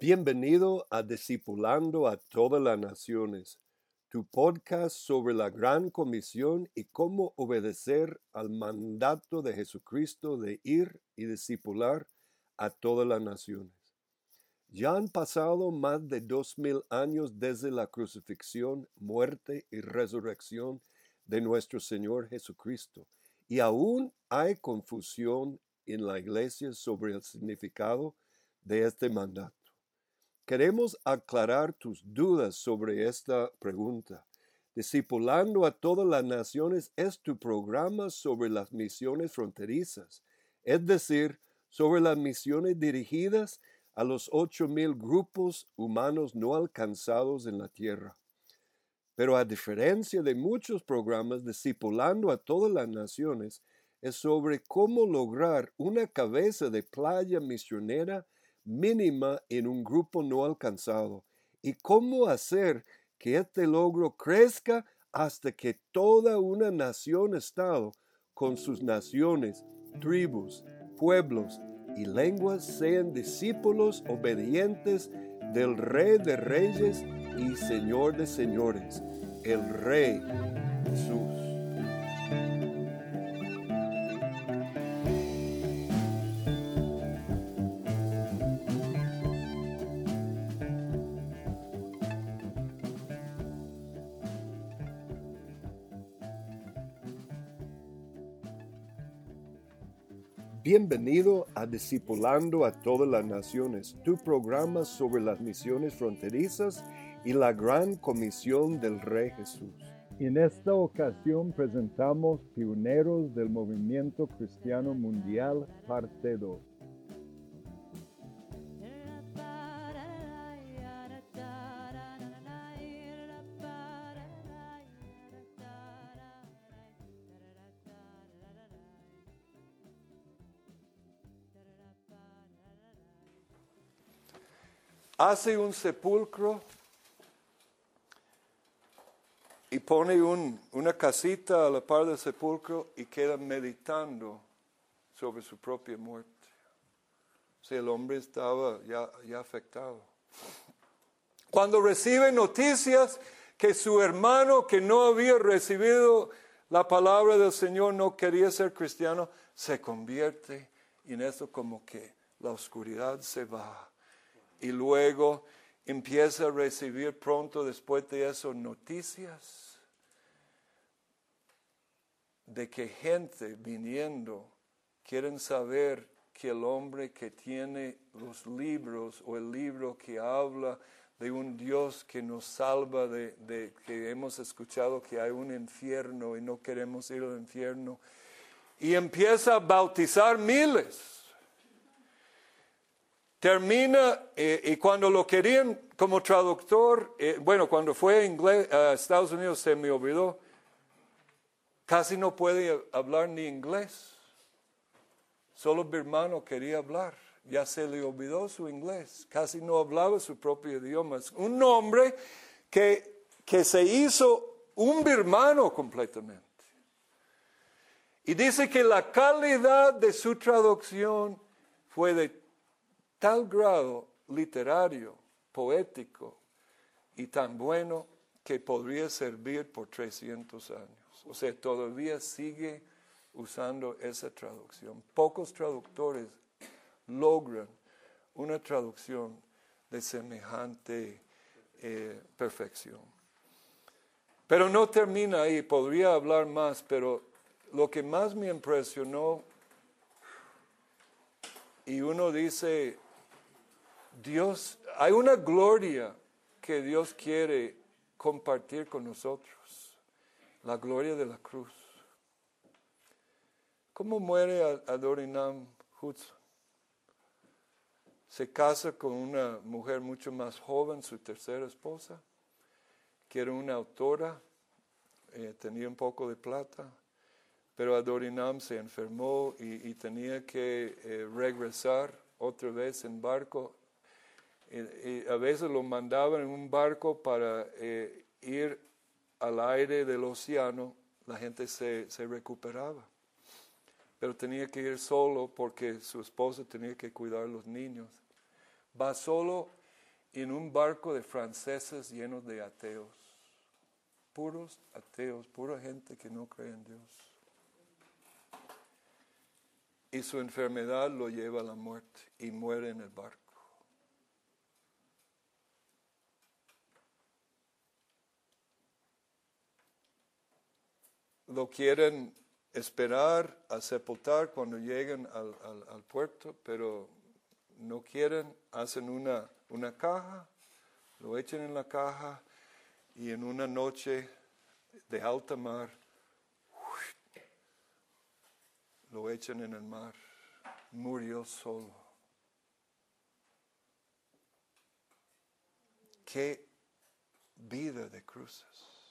Bienvenido a Discipulando a todas las naciones, tu podcast sobre la gran comisión y cómo obedecer al mandato de Jesucristo de ir y discipular a todas las naciones. Ya han pasado más de 2000 años desde la crucifixión, muerte y resurrección de nuestro Señor Jesucristo, y aún hay confusión en la iglesia sobre el significado de este mandato. Queremos aclarar tus dudas sobre esta pregunta. Discipulando a todas las naciones es tu programa sobre las misiones fronterizas, es decir, sobre las misiones dirigidas a los 8,000 grupos humanos no alcanzados en la tierra. Pero a diferencia de muchos programas, Discipulando a todas las naciones es sobre cómo lograr una cabeza de playa misionera mínima en un grupo no alcanzado y cómo hacer que este logro crezca hasta que toda una nación-estado con sus naciones, tribus, pueblos y lenguas sean discípulos obedientes del Rey de Reyes y Señor de Señores, el Rey Jesús. Bienvenido a Discipulando a todas las naciones, tu programa sobre las misiones fronterizas y la gran comisión del Rey Jesús. En esta ocasión presentamos Pioneros del Movimiento Cristiano Mundial, parte 2. Hace un sepulcro y pone una casita a la par del sepulcro y queda meditando sobre su propia muerte. O sea, el hombre estaba ya afectado. Cuando recibe noticias que su hermano que no había recibido la palabra del Señor, no quería ser cristiano, se convierte y en eso como que la oscuridad se va. Y luego empieza a recibir pronto después de eso noticias de que gente viniendo quieren saber que el hombre que tiene los libros o el libro que habla de un Dios que nos salva de que hemos escuchado que hay un infierno y no queremos ir al infierno, y empieza a bautizar miles. Termina, y cuando lo querían como traductor, cuando fue a Estados Unidos se me olvidó, casi no puede hablar ni inglés. Solo birmano quería hablar, ya se le olvidó su inglés, casi no hablaba su propio idioma. Un hombre que se hizo un birmano completamente. Y dice que la calidad de su traducción fue de tal grado literario, poético y tan bueno que podría servir por 300 años. O sea, todavía sigue usando esa traducción. Pocos traductores logran una traducción de semejante perfección. Pero no termina ahí, podría hablar más, pero lo que más me impresionó, y uno dice, Dios, hay una gloria que Dios quiere compartir con nosotros, la gloria de la cruz. ¿Cómo muere Adoniram Hudson? Se casa con una mujer mucho más joven, su tercera esposa, que era una autora, tenía un poco de plata, pero Adoniram se enfermó y tenía que regresar otra vez en barco. Y a veces lo mandaban en un barco para ir al aire del océano, la gente se recuperaba. Pero tenía que ir solo porque su esposa tenía que cuidar a los niños. Va solo en un barco de franceses llenos de ateos. Puros ateos, pura gente que no cree en Dios. Y su enfermedad lo lleva a la muerte y muere en el barco. Lo quieren esperar a sepultar cuando lleguen al puerto, pero no quieren, hacen una caja, lo echan en la caja y en una noche de alta mar lo echan en el mar. Murió solo. Qué vida de cruces.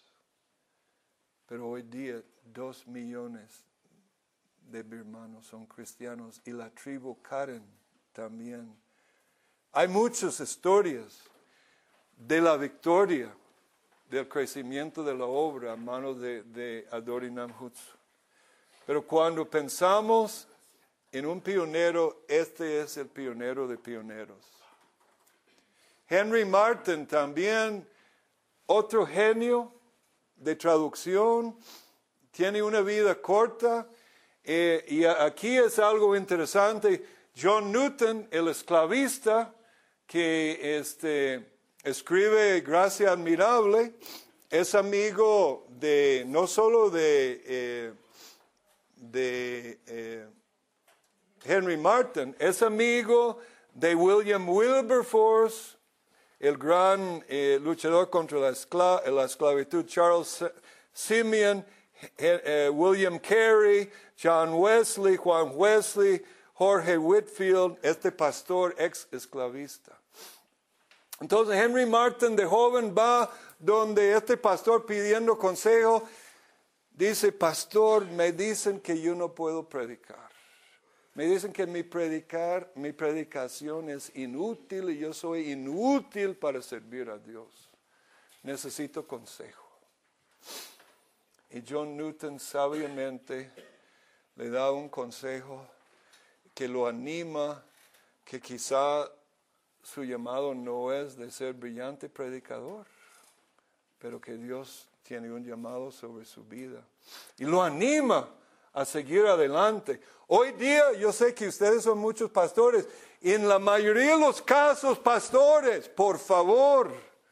Pero hoy día 2 millones de birmanos son cristianos y la tribu Karen también. Hay muchas historias de la victoria, del crecimiento de la obra a manos de Adori Namjutsu. Pero cuando pensamos en un pionero, este es el pionero de pioneros. Henry Martyn también, otro genio de traducción, tiene una vida corta, y aquí es algo interesante. John Newton, el esclavista, que escribe Gracia Admirable, es amigo de, no solo de Henry Martyn, es amigo de William Wilberforce, el gran luchador contra la esclavitud, Charles Simeon, William Carey, John Wesley, Juan Wesley, Jorge Whitfield, este pastor ex esclavista. Entonces Henry Martyn de joven va donde este pastor pidiendo consejo. Dice, pastor, me dicen que yo no puedo predicar. Me dicen que mi predicación es inútil y yo soy inútil para servir a Dios. Necesito consejo. Y John Newton sabiamente le da un consejo que lo anima, que quizá su llamado no es de ser brillante predicador, pero que Dios tiene un llamado sobre su vida. Y lo anima a seguir adelante. Hoy día yo sé que ustedes son muchos pastores. Y en la mayoría de los casos, pastores, por favor,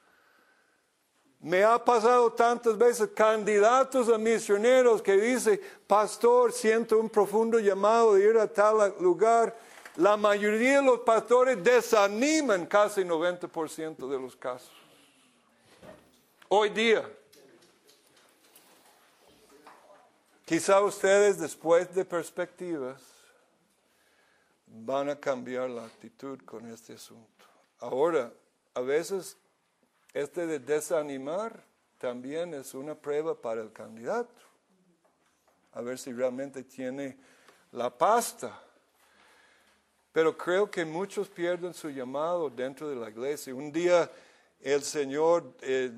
me ha pasado tantas veces candidatos a misioneros que dicen, pastor, siento un profundo llamado de ir a tal lugar. La mayoría de los pastores desaniman casi 90% de los casos. Hoy día. Quizá ustedes, después de perspectivas, van a cambiar la actitud con este asunto. Ahora, a veces, de desanimar también es una prueba para el candidato. A ver si realmente tiene la pasta. Pero creo que muchos pierden su llamado dentro de la iglesia. Un día el Señor,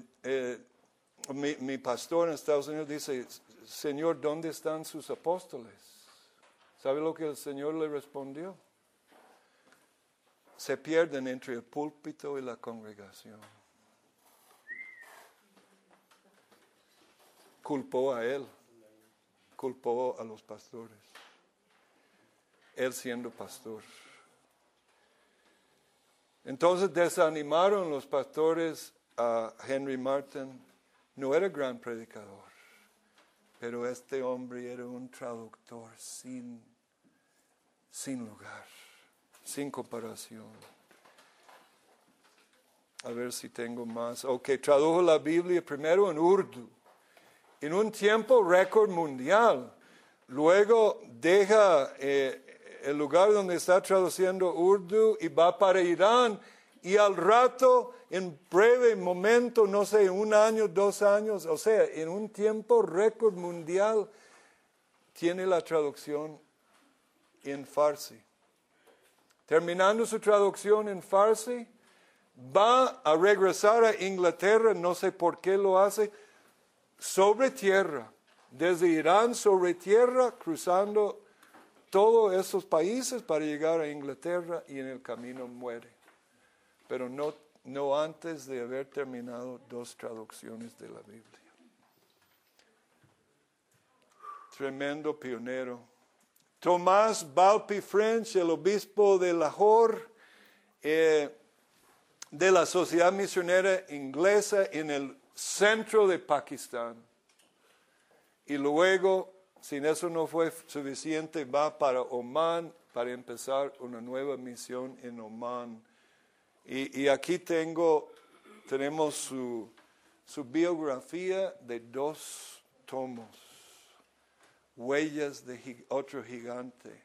mi pastor en Estados Unidos dice, Señor, ¿dónde están sus apóstoles? ¿Sabe lo que el Señor le respondió? Se pierden entre el púlpito y la congregación. Culpó a él, culpó a los pastores. Él siendo pastor. Entonces desanimaron los pastores a Henry Martyn. No era gran predicador. Pero este hombre era un traductor sin lugar, sin comparación. A ver si tengo más. Ok, tradujo la Biblia primero en Urdu, en un tiempo récord mundial. Luego deja el lugar donde está traduciendo Urdu y va para Irán. Y al rato, en breve momento, no sé, 1 año, 2 años, o sea, en un tiempo récord mundial, tiene la traducción en Farsi. Terminando su traducción en Farsi, va a regresar a Inglaterra, no sé por qué lo hace, sobre tierra, desde Irán sobre tierra, cruzando todos esos países para llegar a Inglaterra y en el camino muere. Pero no antes de haber terminado 2 traducciones de la Biblia. Tremendo pionero. Tomás Balpi French, el obispo de Lahore, de la Sociedad Misionera Inglesa en el centro de Pakistán. Y luego, si eso no fue suficiente, va para Omán para empezar una nueva misión en Omán. Y aquí tenemos su biografía de 2 tomos, Huellas de otro gigante.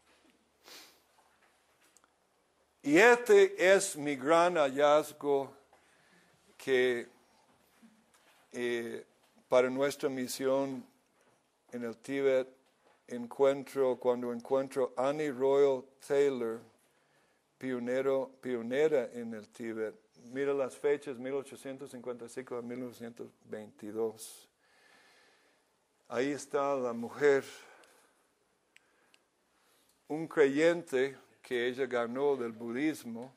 Y este es mi gran hallazgo que para nuestra misión en el Tíbet cuando encuentro a Annie Royal Taylor, pionera en el Tíbet. Mira las fechas, 1855 a 1922. Ahí está la mujer, un creyente que ella ganó del budismo.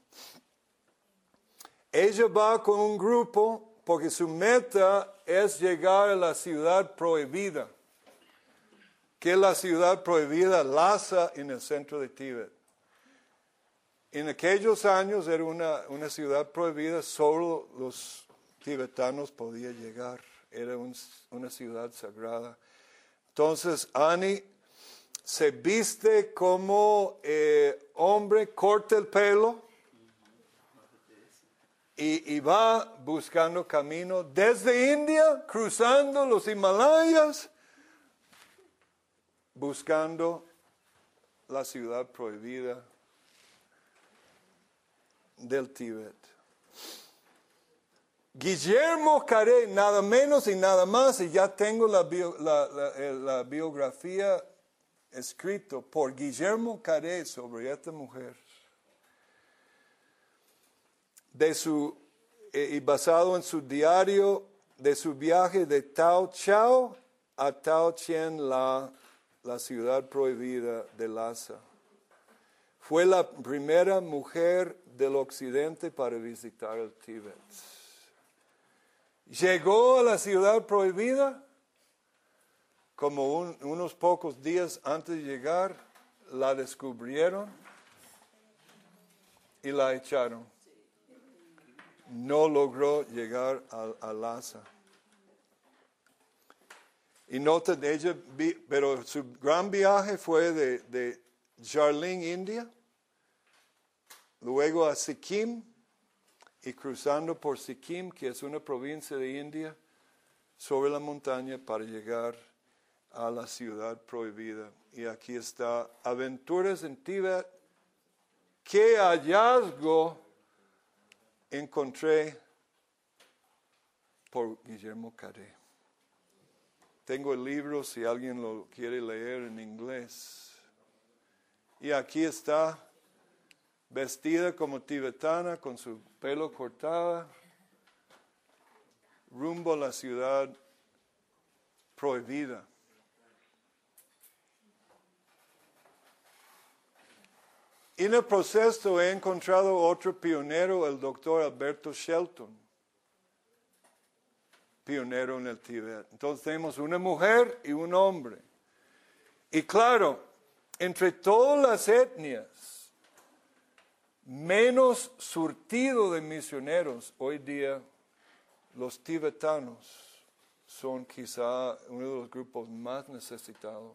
Ella va con un grupo porque su meta es llegar a la ciudad prohibida, que es la ciudad prohibida, Lhasa, en el centro de Tíbet. En aquellos años era una ciudad prohibida, solo los tibetanos podían llegar. Era una ciudad sagrada. Entonces Annie se viste como hombre, corta el pelo y va buscando camino desde India, cruzando los Himalayas, buscando la ciudad prohibida del Tíbet. Guillermo Carré, nada menos y nada más, y ya tengo la biografía escrito por Guillermo Carré sobre esta mujer, y basado en su diario de su viaje de Tao Chau a Tao Chien, la ciudad prohibida de Lhasa. Fue la primera mujer del occidente para visitar el Tíbet. Llegó a la ciudad prohibida, como unos pocos días antes de llegar, la descubrieron y la echaron. No logró llegar a Lhasa. Y nota de ella, pero su gran viaje fue de Darjeeling, India, luego a Sikkim, y cruzando por Sikkim, que es una provincia de India, sobre la montaña para llegar a la ciudad prohibida. Y aquí está, Aventuras en Tíbet. ¡Qué hallazgo encontré por Guillermo Carré! Tengo el libro si alguien lo quiere leer en inglés. Y aquí está, vestida como tibetana, con su pelo cortado, rumbo a la ciudad prohibida. En el proceso he encontrado otro pionero, el doctor Alberto Shelton, pionero en el Tíbet. Entonces tenemos una mujer y un hombre. Y claro, entre todas las etnias, menos surtido de misioneros hoy día, los tibetanos son quizá uno de los grupos más necesitados.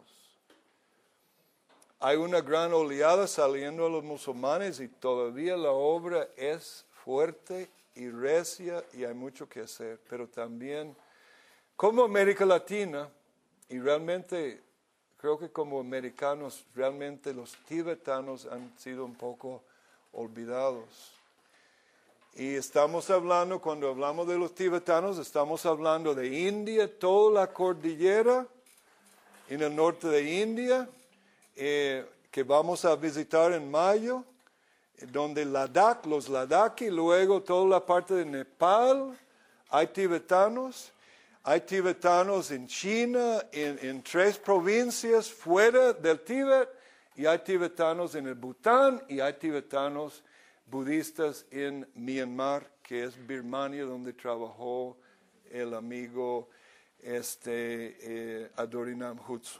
Hay una gran oleada saliendo a los musulmanes y todavía la obra es fuerte y recia y hay mucho que hacer. Pero también, como América Latina, y realmente creo que como americanos, realmente los tibetanos han sido un poco olvidados. Y estamos hablando, cuando hablamos de los tibetanos, estamos hablando de India, toda la cordillera en el norte de India, que vamos a visitar en mayo, donde Ladakh, los Ladakhi, luego toda la parte de Nepal, hay tibetanos en China, en 3 provincias fuera del Tíbet, y hay tibetanos en el Bután, y hay tibetanos budistas en Myanmar, que es Birmania, donde trabajó el amigo Adoniram Hudson.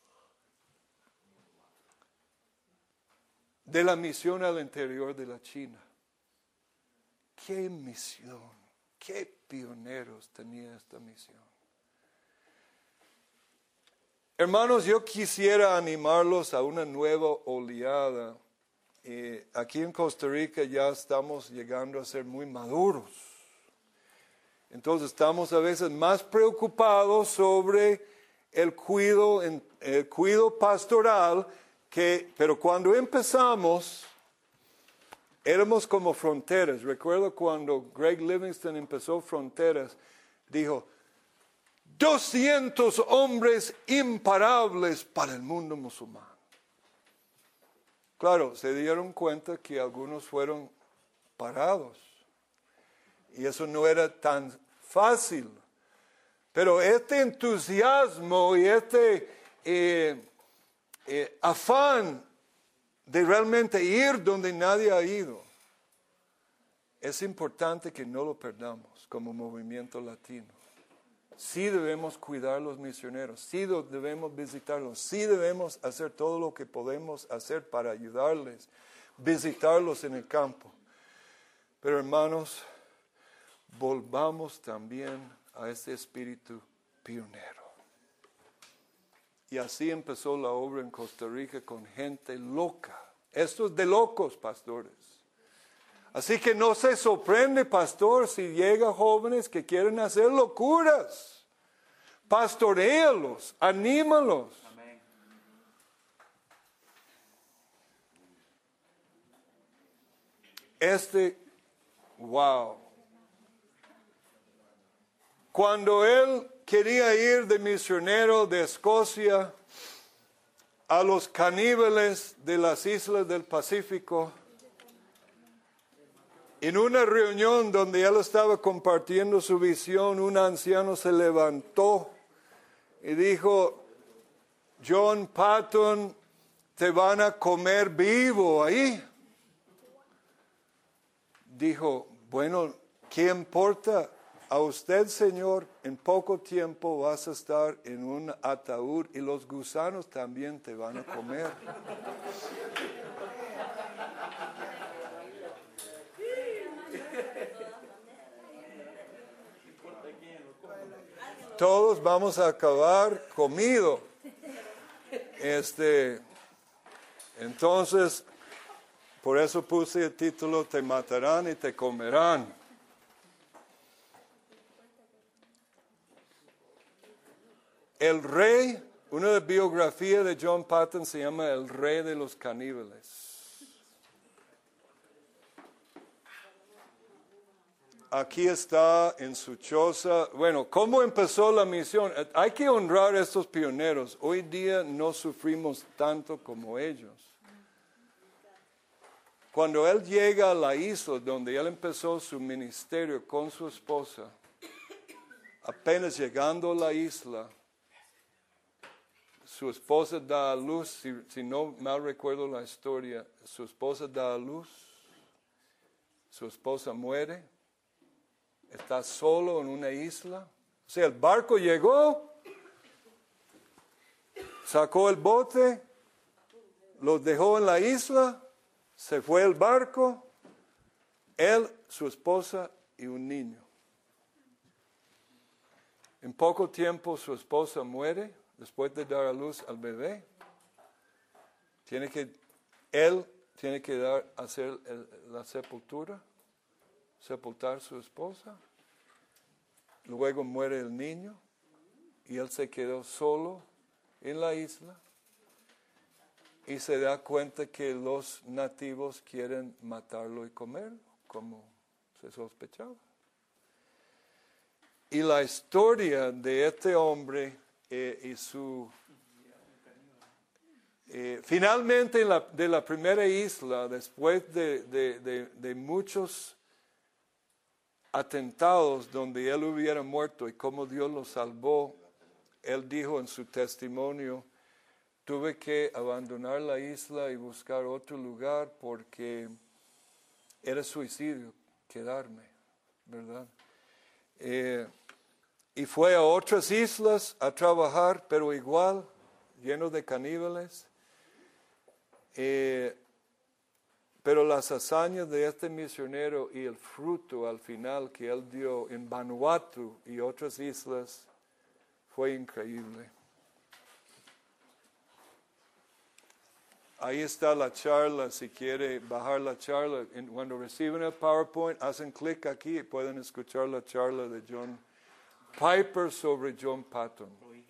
De la misión al interior de la China. ¡Qué misión! ¡Qué pioneros tenía esta misión! Hermanos, yo quisiera animarlos a una nueva oleada. Aquí en Costa Rica ya estamos llegando a ser muy maduros. Entonces estamos a veces más preocupados sobre el cuidado pastoral, pero cuando empezamos, éramos como Fronteras. Recuerdo cuando Greg Livingston empezó Fronteras, dijo, 200 hombres imparables para el mundo musulmán. Claro, se dieron cuenta que algunos fueron parados. Y eso no era tan fácil. Pero este entusiasmo y afán de realmente ir donde nadie ha ido, es importante que no lo perdamos como movimiento latino. Sí debemos cuidar a los misioneros, sí debemos visitarlos, sí debemos hacer todo lo que podemos hacer para ayudarles, visitarlos en el campo. Pero hermanos, volvamos también a ese espíritu pionero. Y así empezó la obra en Costa Rica con gente loca. Esto es de locos, pastores. Así que no se sorprende, pastor, si llega jóvenes que quieren hacer locuras. Pastoréalos, anímalos. Amén. Wow. Cuando él quería ir de misionero de Escocia a los caníbales de las islas del Pacífico, en una reunión donde él estaba compartiendo su visión, un anciano se levantó y dijo, John Patton, te van a comer vivo ahí. Dijo, bueno, ¿qué importa? A usted, Señor, en poco tiempo vas a estar en un ataúd y los gusanos también te van a comer. Todos vamos a acabar comido. Entonces, por eso puse el título, te matarán y te comerán. El rey, una de las biografías de John Patton se llama El Rey de los Caníbales. Aquí está en su choza. Bueno, ¿cómo empezó la misión? Hay que honrar a estos pioneros. Hoy día no sufrimos tanto como ellos. Cuando él llega a la isla donde él empezó su ministerio con su esposa, apenas llegando a la isla, su esposa da a luz, si no mal recuerdo la historia, su esposa da a luz, su esposa muere, está solo en una isla. O sea, el barco llegó, sacó el bote, los dejó en la isla, se fue el barco, él, su esposa y un niño. En poco tiempo su esposa muere, después de dar a luz al bebé. Él tiene que hacer la sepultura, sepultar a su esposa. Luego muere el niño y él se quedó solo en la isla y se da cuenta que los nativos quieren matarlo y comerlo, como se sospechaba. Y la historia de este hombre y su... finalmente de la primera isla, después de muchos atentados donde él hubiera muerto y cómo Dios lo salvó, él dijo en su testimonio, tuve que abandonar la isla y buscar otro lugar porque era suicidio quedarme. ¿verdad? Y fue a otras islas a trabajar, pero igual, lleno de caníbales. Pero las hazañas de este misionero y el fruto al final que él dio en Vanuatu y otras islas fue increíble. Ahí está la charla, si quiere bajar la charla. Cuando reciben el PowerPoint, hacen clic aquí y pueden escuchar la charla de John Piper sobre John Patton.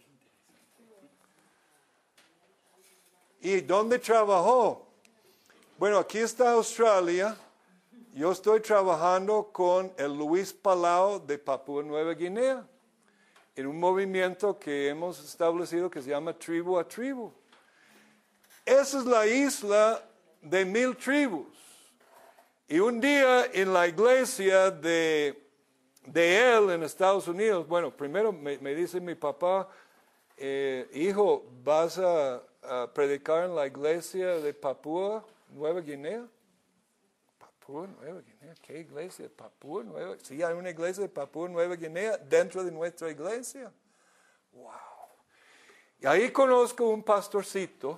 ¿Y dónde trabajó? Bueno, aquí está Australia. Yo estoy trabajando con el Luis Palau de Papúa Nueva Guinea, en un movimiento que hemos establecido que se llama Tribu a Tribu. Esa es la isla de 1000 tribus. Y un día en la iglesia de él en Estados Unidos, bueno, primero me dice mi papá, hijo, ¿vas a predicar en la iglesia de Papúa Nueva Guinea? Papúa Nueva Guinea, ¿qué iglesia? Papúa Nueva. Sí, hay una iglesia de Papúa Nueva Guinea dentro de nuestra iglesia. Wow. Y ahí conozco un pastorcito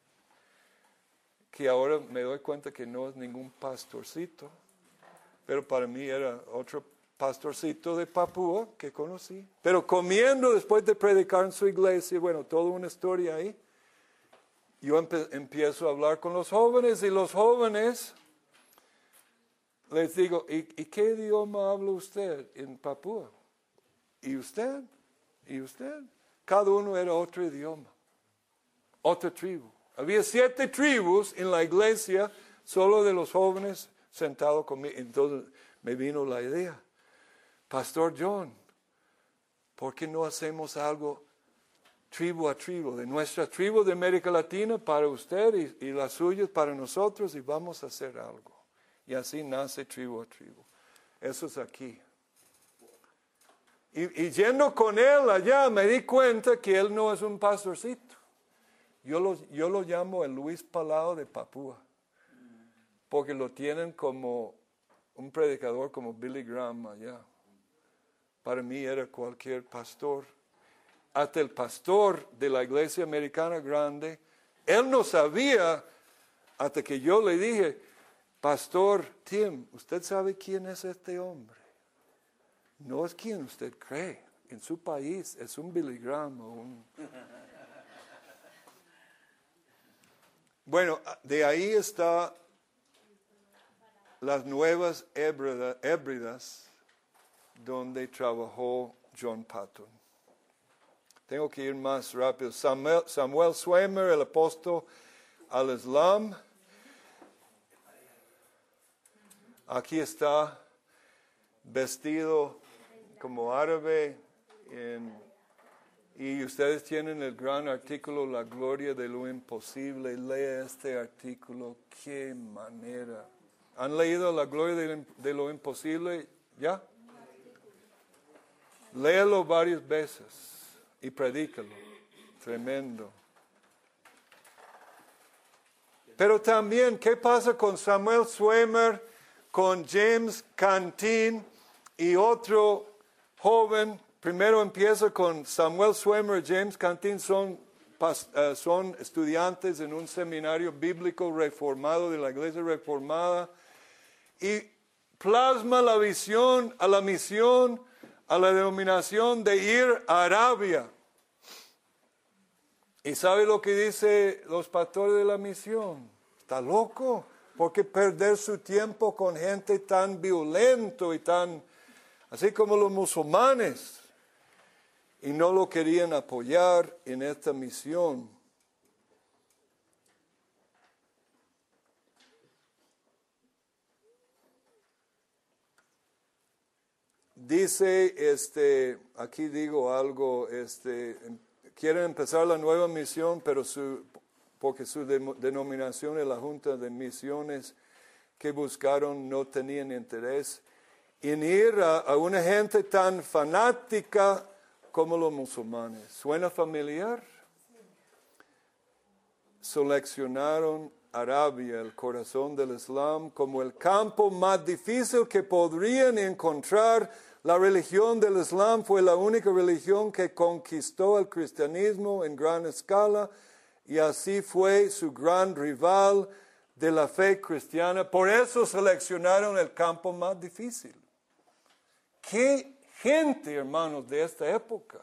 que ahora me doy cuenta que no es ningún pastorcito, pero para mí era otro pastorcito de Papúa que conocí. Pero comiendo después de predicar en su iglesia, bueno, toda una historia ahí. Yo empiezo a hablar con los jóvenes y los jóvenes les digo, ¿y qué idioma habla usted en Papúa? ¿Y usted? ¿Y usted? Cada uno era otro idioma, otra tribu. Había 7 tribus en la iglesia, solo de los jóvenes sentados conmigo. Entonces me vino la idea, Pastor John, ¿por qué no hacemos algo tribu a tribu, de nuestra tribu de América Latina para usted y las suyas para nosotros, y vamos a hacer algo? Y así nace Tribu a Tribu. Eso es aquí. Y yendo con él allá, me di cuenta que él no es un pastorcito. Yo lo llamo el Luis Palau de Papúa, porque lo tienen como un predicador como Billy Graham allá. Para mí era cualquier pastor. Hasta el pastor de la iglesia americana grande, él no sabía hasta que yo le dije, Pastor Tim, ¿usted sabe quién es este hombre? No es quien usted cree. En su país es un Billy Graham o un... Bueno, de ahí está las Nuevas Hébridas, donde trabajó John Patton. Tengo que ir más rápido. Samuel Zwemer, el apóstol al Islam. Aquí está vestido como árabe. Y ustedes tienen el gran artículo, La gloria de lo imposible. Lea este artículo. ¡Qué manera! ¿Han leído La gloria de lo imposible? ¿Ya? Léelo varias veces y predícalo. Tremendo. Pero también, ¿qué pasa con Samuel Zwemer, con James Cantine y otro joven? Primero empieza con Samuel Zwemer y James Cantine, son estudiantes en un seminario bíblico reformado de la iglesia reformada, y plasma la visión a la misión, a la denominación de ir a Arabia. ¿Y sabe lo que dicen los pastores de la misión? Está loco, ¿por qué perder su tiempo con gente tan violento y tan, así como los musulmanes? Y no lo querían apoyar en esta misión. Dice, aquí digo algo, quieren empezar la nueva misión, pero porque su denominación es la Junta de Misiones que buscaron, no tenían interés en ir a una gente tan fanática como los musulmanes. ¿Suena familiar? Seleccionaron Arabia, el corazón del Islam, como el campo más difícil que podrían encontrar. La religión del Islam fue la única religión que conquistó el cristianismo en gran escala y así fue su gran rival de la fe cristiana. Por eso seleccionaron el campo más difícil. ¡Qué gente, hermanos, de esta época!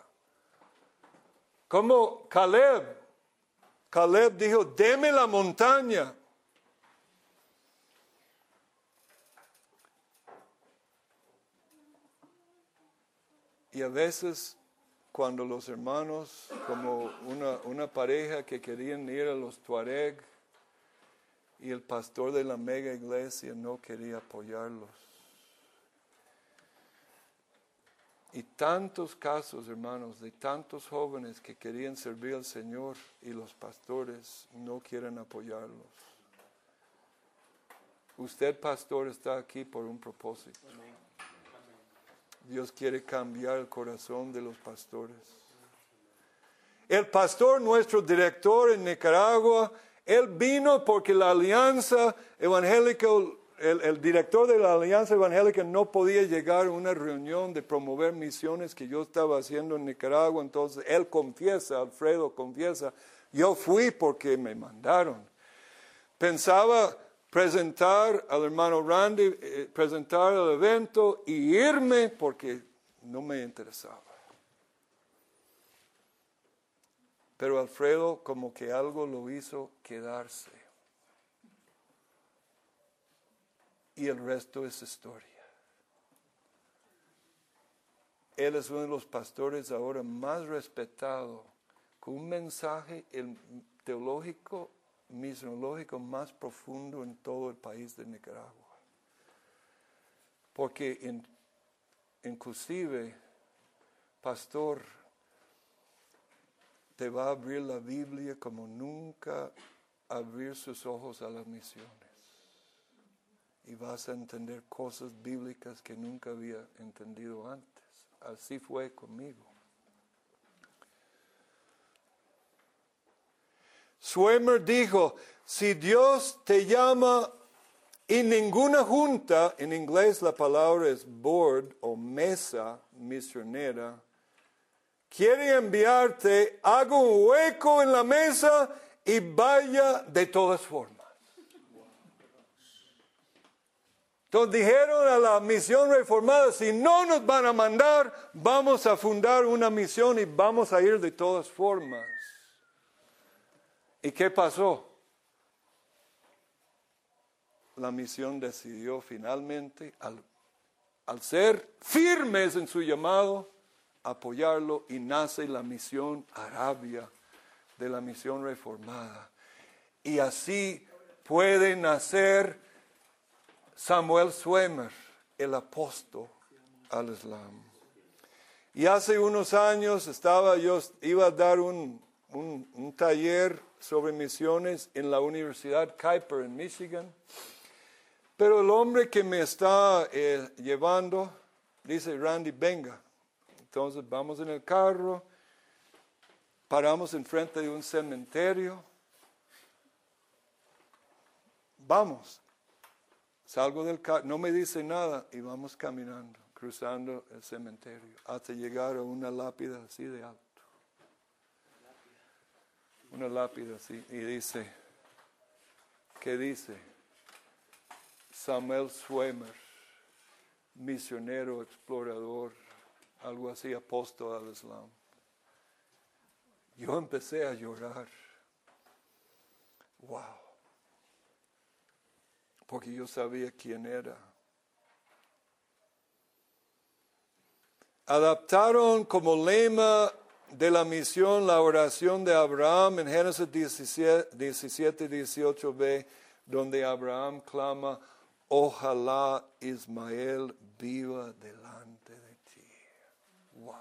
Como Caleb dijo, deme la montaña. Y a veces cuando los hermanos, como una pareja que querían ir a los Tuareg y el pastor de la mega iglesia no quería apoyarlos. Y tantos casos, hermanos, de tantos jóvenes que querían servir al Señor y los pastores no quieren apoyarlos. Usted, pastor, está aquí por un propósito. Dios quiere cambiar el corazón de los pastores. El pastor, nuestro director en Nicaragua, él vino porque la alianza evangélica, el director de la alianza evangélica no podía llegar a una reunión de promover misiones que yo estaba haciendo en Nicaragua. Entonces él confiesa, Alfredo confiesa, yo fui porque me mandaron. Pensaba presentar al hermano Randy, presentar el evento y irme porque no me interesaba. Pero Alfredo como que algo lo hizo quedarse. Y el resto es historia. Él es uno de los pastores ahora más respetados, con un mensaje teológico, misionológico más profundo en todo el país de Nicaragua. Porque inclusive, pastor, te va a abrir la Biblia como nunca abrir sus ojos a las misiones. Y vas a entender cosas bíblicas que nunca había entendido antes. Así fue conmigo. Schwemmer dijo, si Dios te llama y ninguna junta, en inglés la palabra es board o mesa misionera, quiere enviarte, haga un hueco en la mesa y vaya de todas formas. Entonces dijeron a la misión reformada, si no nos van a mandar, vamos a fundar una misión y vamos a ir de todas formas. ¿Y qué pasó? La misión decidió finalmente, al ser firmes en su llamado, apoyarlo y nace la misión Arabia de la misión reformada. Y así puede nacer Samuel Schwemmer, el apóstol al Islam. Y hace unos años iba a dar un taller sobre misiones en la Universidad Kuiper en Michigan. Pero el hombre que me está llevando dice, Randy, venga. Entonces vamos en el carro, paramos enfrente de un cementerio. Vamos. Salgo del carro, no me dice nada y vamos caminando, cruzando el cementerio, hasta llegar a una lápida así de alto. Una lápida así, y dice, ¿qué dice? Samuel Schwemmer, misionero, explorador, algo así, apóstol al Islam. Yo empecé a llorar. Wow. Porque yo sabía quién era. Adaptaron como lema de la misión la oración de Abraham en Génesis 17, 18b, donde Abraham clama, ojalá Ismael viva delante de ti. Wow.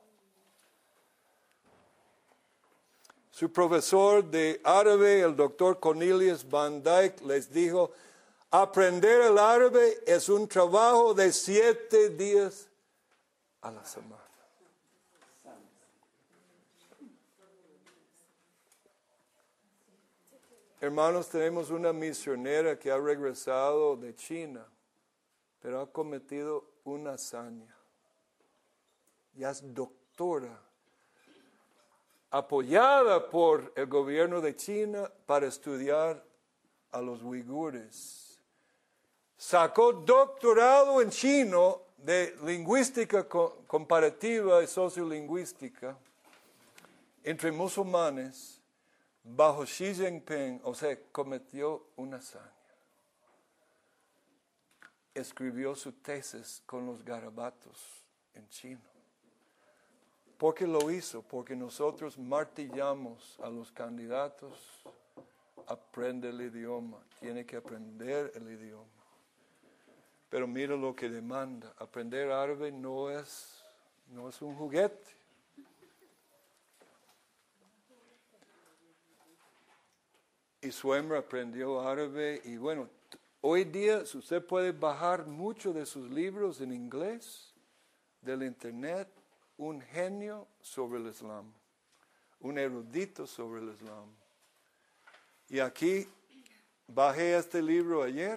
Su profesor de árabe, el doctor Cornelius Van Dyke, les dijo, aprender el árabe es un trabajo de 7 días a la semana. Hermanos, tenemos una misionera que ha regresado de China, pero ha cometido una hazaña. Ya es doctora, apoyada por el gobierno de China para estudiar a los uigures. Sacó doctorado en chino de lingüística comparativa y sociolingüística entre musulmanes bajo Xi Jinping, o sea, cometió una hazaña. Escribió su tesis con los garabatos en chino. ¿Por qué lo hizo? Porque nosotros martillamos a los candidatos. Aprende el idioma, tiene que aprender el idioma. Pero mira lo que demanda. Aprender árabe no es un juguete. Y Swemmer aprendió árabe y bueno, hoy día usted puede bajar muchos de sus libros en inglés del internet. Un genio sobre el Islam, un erudito sobre el Islam. Y aquí bajé este libro ayer.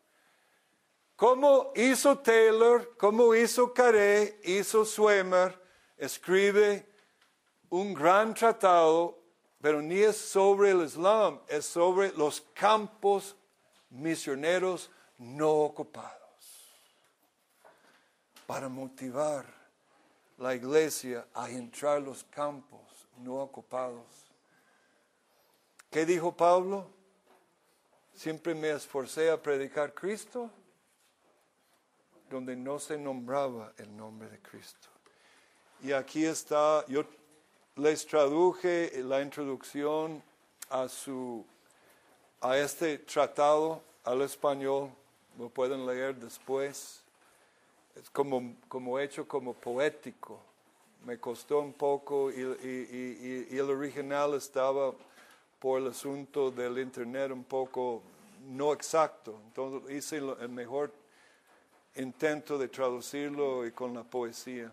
¿Cómo hizo Taylor? ¿Cómo hizo Carey? Hizo Swemmer. Escribe un gran tratado, pero ni es sobre el Islam, es sobre los campos misioneros no ocupados. Para motivar la iglesia a entrar a los campos no ocupados. ¿Qué dijo Pablo? Siempre me esforcé a predicar Cristo donde no se nombraba el nombre de Cristo. Y aquí está, yo les traduje la introducción a este tratado al español, lo pueden leer después. Es como hecho como poético. Me costó un poco y el original estaba por el asunto del internet un poco no exacto. Entonces hice el mejor intento de traducirlo y con la poesía.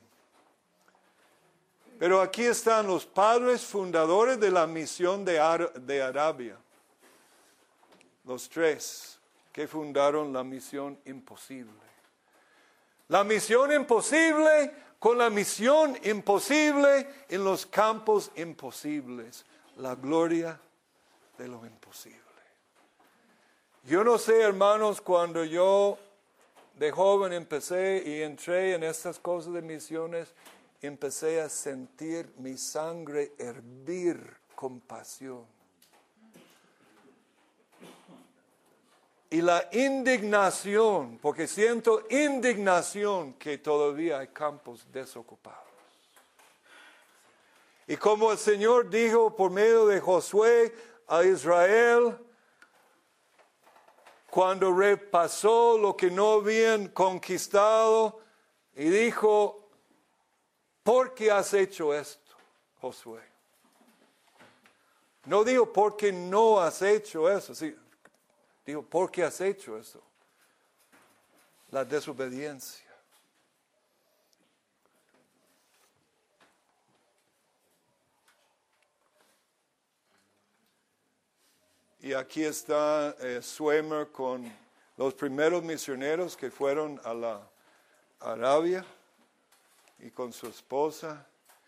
Pero aquí están los padres fundadores de la misión de Arabia. Los tres que fundaron la misión imposible. La misión imposible con la misión imposible en los campos imposibles. La gloria de lo imposible. Yo no sé, hermanos, cuando yo de joven empecé y entré en estas cosas de misiones, empecé a sentir mi sangre hervir con pasión. Y la indignación, porque siento indignación que todavía hay campos desocupados. Y como el Señor dijo por medio de Josué a Israel, cuando repasó lo que no habían conquistado, y dijo, ¿por qué has hecho esto, Josué? No dijo, ¿por qué no has hecho eso? Sí. Dijo, ¿por qué has hecho eso? La desobediencia. Y aquí está Swemmer con los primeros misioneros que fueron a la Arabia y con su esposa.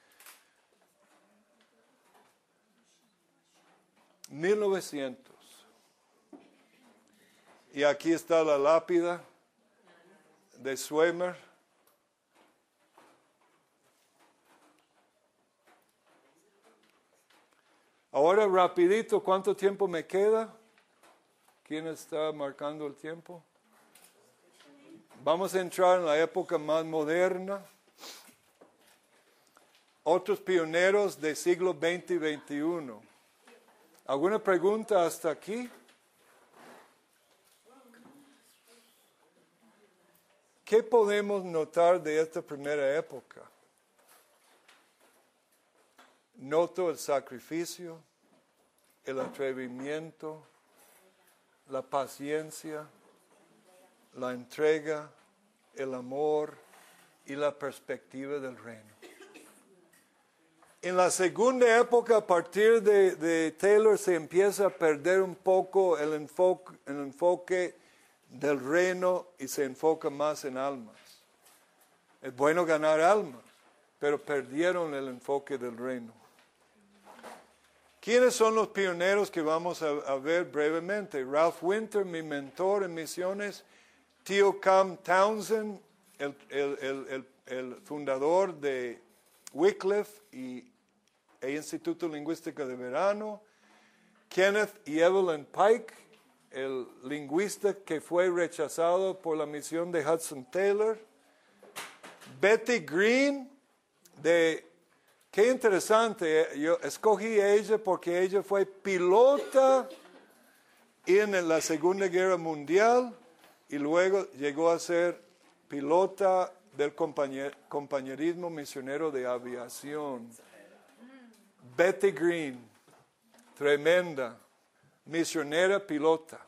1900. Y aquí está la lápida de Swemmer. Ahora rapidito, ¿cuánto tiempo me queda? ¿Quién está marcando el tiempo? Vamos a entrar en la época más moderna. Otros pioneros del siglo XX y XXI. ¿Alguna pregunta hasta aquí? ¿Qué podemos notar de esta primera época? Noto el sacrificio, el atrevimiento, la paciencia, la entrega, el amor y la perspectiva del reino. En la segunda época, a partir de Taylor, se empieza a perder un poco el enfoque del reino y se enfoca más en almas. Es bueno ganar almas, pero perdieron el enfoque del reino. ¿Quiénes son los pioneros que vamos a ver brevemente? Ralph Winter, mi mentor en misiones, Tío Cam Townsend, el fundador de Wycliffe e Instituto Lingüístico de Verano, Kenneth y Evelyn Pike, el lingüista que fue rechazado por la misión de Hudson Taylor, Betty Green, qué interesante, yo escogí a ella porque ella fue pilota en la Segunda Guerra Mundial y luego llegó a ser pilota del compañerismo misionero de aviación. Betty Green, tremenda, misionera pilota.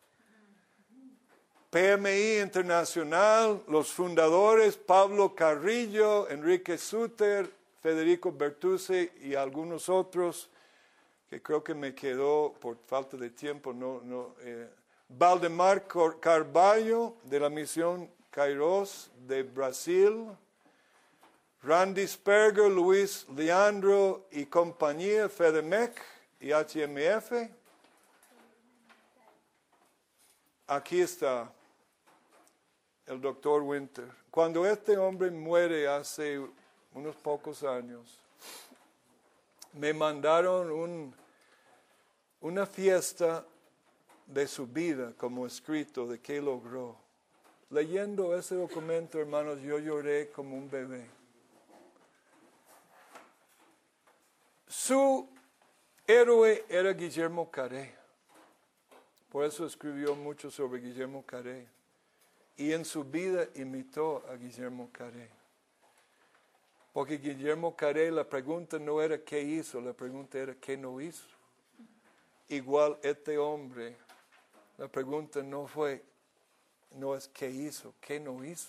PMI Internacional, los fundadores Pablo Carrillo, Enrique Suter, Federico Bertuzzi y algunos otros que creo que me quedó por falta de tiempo. Valdemar Carvalho de la misión Kairos de Brasil, Randy Sperger, Luis Leandro y compañía, FEDEMEC y HMF. Aquí está el doctor Winter. Cuando este hombre muere hace unos pocos años, me mandaron una fiesta de su vida como escrito, de qué logró. Leyendo ese documento, hermanos, yo lloré como un bebé. Su héroe era Guillermo Carey. Por eso escribió mucho sobre Guillermo Carey. Y en su vida imitó a Guillermo Carey. Porque Guillermo Carey, la pregunta no era qué hizo, la pregunta era qué no hizo. Igual este hombre, la pregunta no es qué hizo, qué no hizo.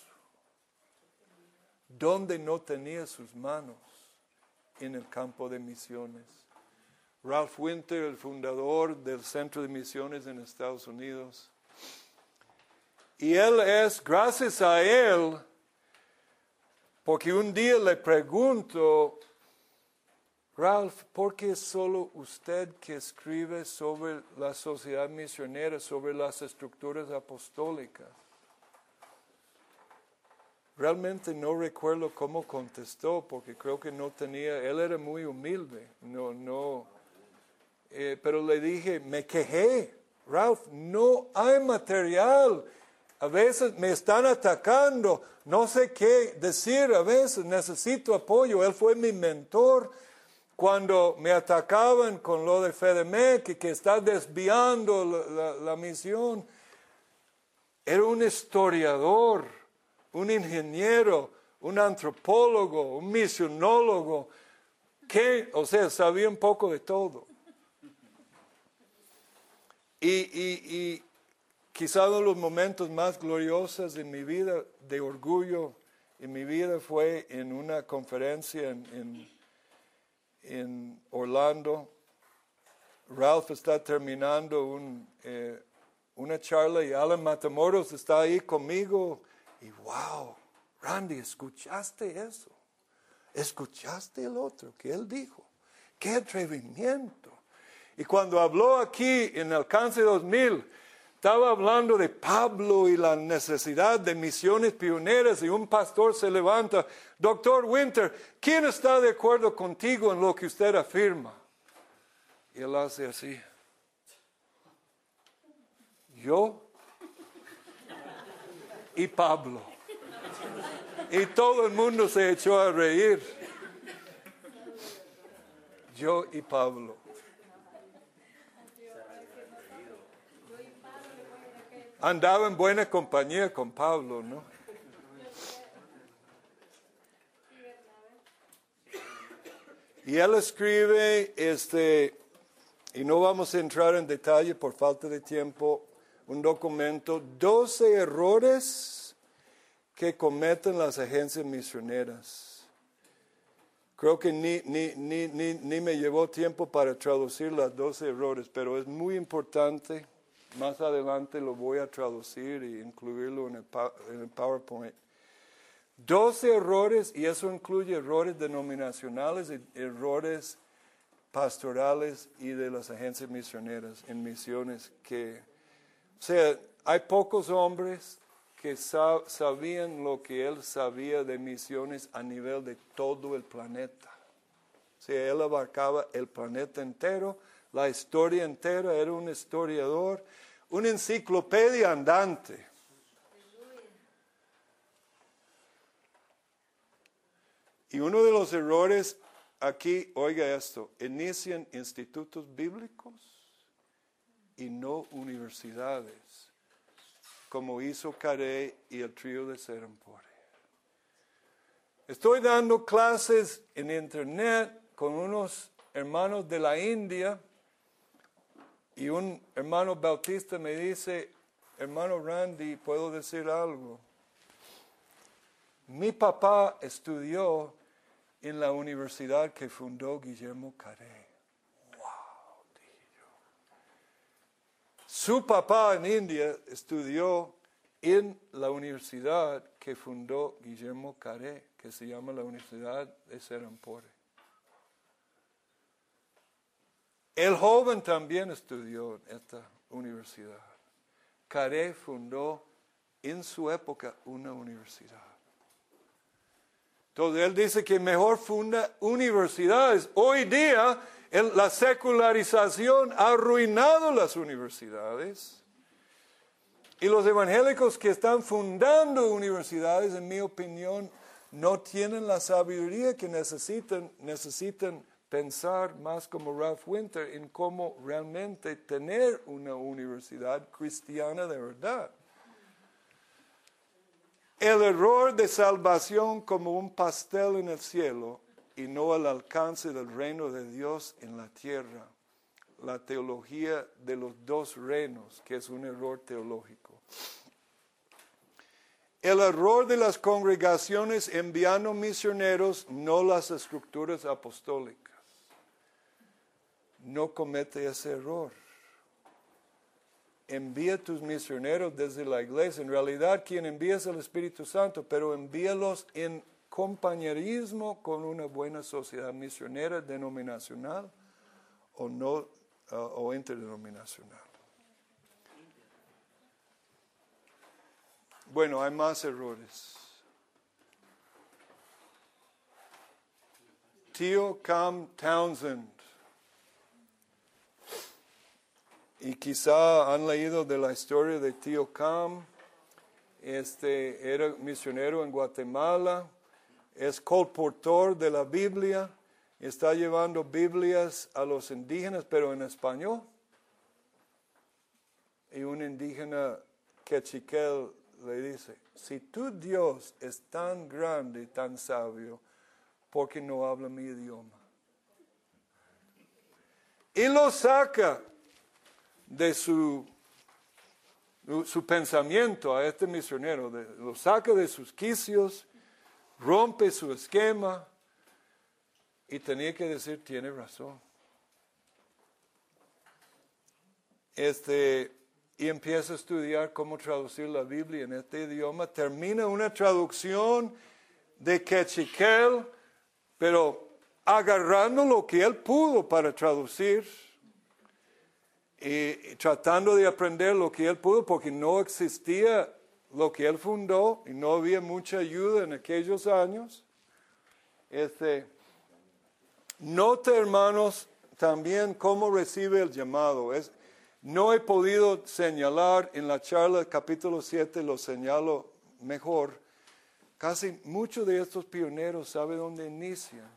¿Dónde no tenía sus manos? En el campo de misiones. Ralph Winter, el fundador del Centro de Misiones en Estados Unidos. Y él es, gracias a él, porque un día le pregunto, Ralph, ¿por qué es solo usted que escribe sobre la sociedad misionera, sobre las estructuras apostólicas? Realmente no recuerdo cómo contestó, porque creo que no tenía, él era muy humilde, pero le dije, me quejé, Ralph, no hay material, a veces me están atacando, no sé qué decir, a veces necesito apoyo. Él fue mi mentor cuando me atacaban con lo de FEDEMEC, que está desviando la misión. Era un historiador, un ingeniero, un antropólogo, un misionólogo, sabía un poco de todo. Y quizá uno de los momentos más gloriosos de mi vida, de orgullo en mi vida, fue en una conferencia en Orlando. Ralph está terminando una charla y Alan Matamoros está ahí conmigo. Y wow, Randy, ¿escuchaste eso? ¿Escuchaste el otro que él dijo? ¡Qué atrevimiento! Y cuando habló aquí en Alcance 2000, estaba hablando de Pablo y la necesidad de misiones pioneras y un pastor se levanta. Doctor Winter, ¿quién está de acuerdo contigo en lo que usted afirma? Y él hace así. Yo y Pablo. Y todo el mundo se echó a reír. Yo y Pablo. Andaba en buena compañía con Pablo, ¿no? Y él escribe, y no vamos a entrar en detalle por falta de tiempo, un documento, 12 errores que cometen las agencias misioneras. Creo que ni me llevó tiempo para traducir los 12 errores, pero es muy importante. Más adelante lo voy a traducir y incluirlo en el PowerPoint. 12 errores, y eso incluye errores denominacionales y errores pastorales y de las agencias misioneras en misiones o sea, hay pocos hombres que sabían lo que él sabía de misiones a nivel de todo el planeta. O sea, él abarcaba el planeta entero, la historia entera, era un historiador, una enciclopedia andante. Y uno de los errores aquí, oiga esto, inician institutos bíblicos y no universidades, como hizo Carey y el trío de Serampore. Estoy dando clases en internet con unos hermanos de la India y un hermano bautista me dice, hermano Randy, ¿puedo decir algo? Mi papá estudió en la universidad que fundó Guillermo Carey. ¡Wow! Dije yo. Su papá en India estudió en la universidad que fundó Guillermo Carey, que se llama la Universidad de Serampore. El joven también estudió en esta universidad. Carey fundó en su época una universidad. Entonces él dice que mejor funda universidades. Hoy día la secularización ha arruinado las universidades. Y los evangélicos que están fundando universidades, en mi opinión, no tienen la sabiduría que necesitan pensar más como Ralph Winter en cómo realmente tener una universidad cristiana de verdad. El error de salvación como un pastel en el cielo y no al alcance del reino de Dios en la tierra. La teología de los dos reinos, que es un error teológico. El error de las congregaciones enviando misioneros, no las estructuras apostólicas. No comete ese error. Envía tus misioneros desde la iglesia. En realidad, quien envía es el Espíritu Santo, pero envíalos en compañerismo con una buena sociedad misionera denominacional o interdenominacional. Bueno, hay más errores. Tío Cam Townsend. Y quizá han leído de la historia de Tío Cam. Era misionero en Guatemala. Es colportor de la Biblia. Está llevando Biblias a los indígenas, pero en español. Y un indígena quechiquel le dice, si tu Dios es tan grande y tan sabio, ¿por qué no habla mi idioma? Y lo saca de su pensamiento a este misionero, lo saca de sus quicios, rompe su esquema y tenía que decir, tiene razón. Y empieza a estudiar cómo traducir la Biblia en este idioma. Termina una traducción de quechiquel, pero agarrando lo que él pudo para traducir y tratando de aprender lo que él pudo, porque no existía lo que él fundó y no había mucha ayuda en aquellos años. Note, hermanos, también cómo recibe el llamado. No he podido señalar en la charla del capítulo 7, lo señalo mejor. Casi muchos de estos pioneros saben dónde inician.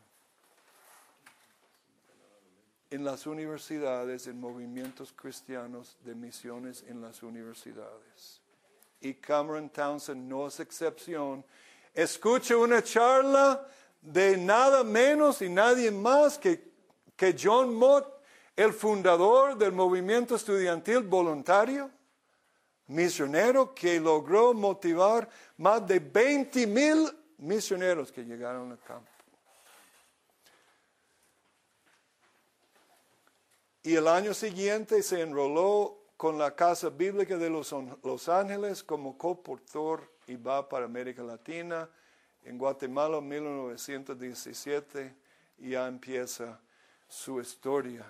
En las universidades, en movimientos cristianos de misiones en las universidades. Y Cameron Townsend no es excepción. Escucha una charla de nada menos y nadie más que John Mott, el fundador del movimiento estudiantil voluntario, misionero, que logró motivar más de 20,000 misioneros que llegaron al campo. Y el año siguiente se enroló con la Casa Bíblica de Los Ángeles como coportor y va para América Latina. En Guatemala en 1917 y ya empieza su historia.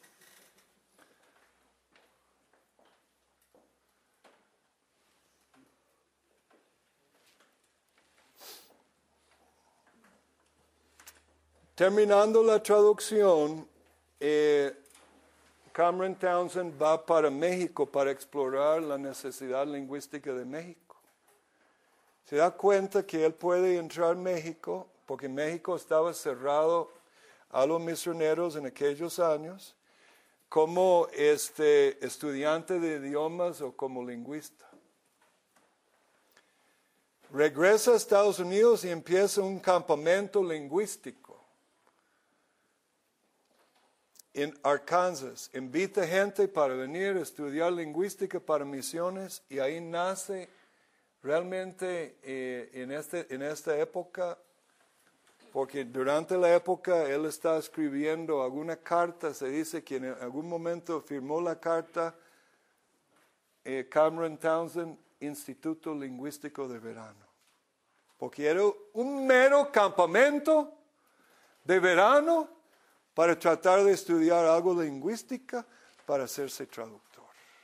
Terminando la traducción, Cameron Townsend va para México para explorar la necesidad lingüística de México. Se da cuenta que él puede entrar a México, porque México estaba cerrado a los misioneros en aquellos años, como estudiante de idiomas o como lingüista. Regresa a Estados Unidos y empieza un campamento lingüístico en Arkansas. Invita gente para venir a estudiar lingüística para misiones y ahí nace realmente en esta época, porque durante la época él está escribiendo alguna carta, se dice que en algún momento firmó la carta Cameron Townsend, Instituto Lingüístico de Verano, porque era un mero campamento de verano para tratar de estudiar algo de lingüística para hacerse traductor.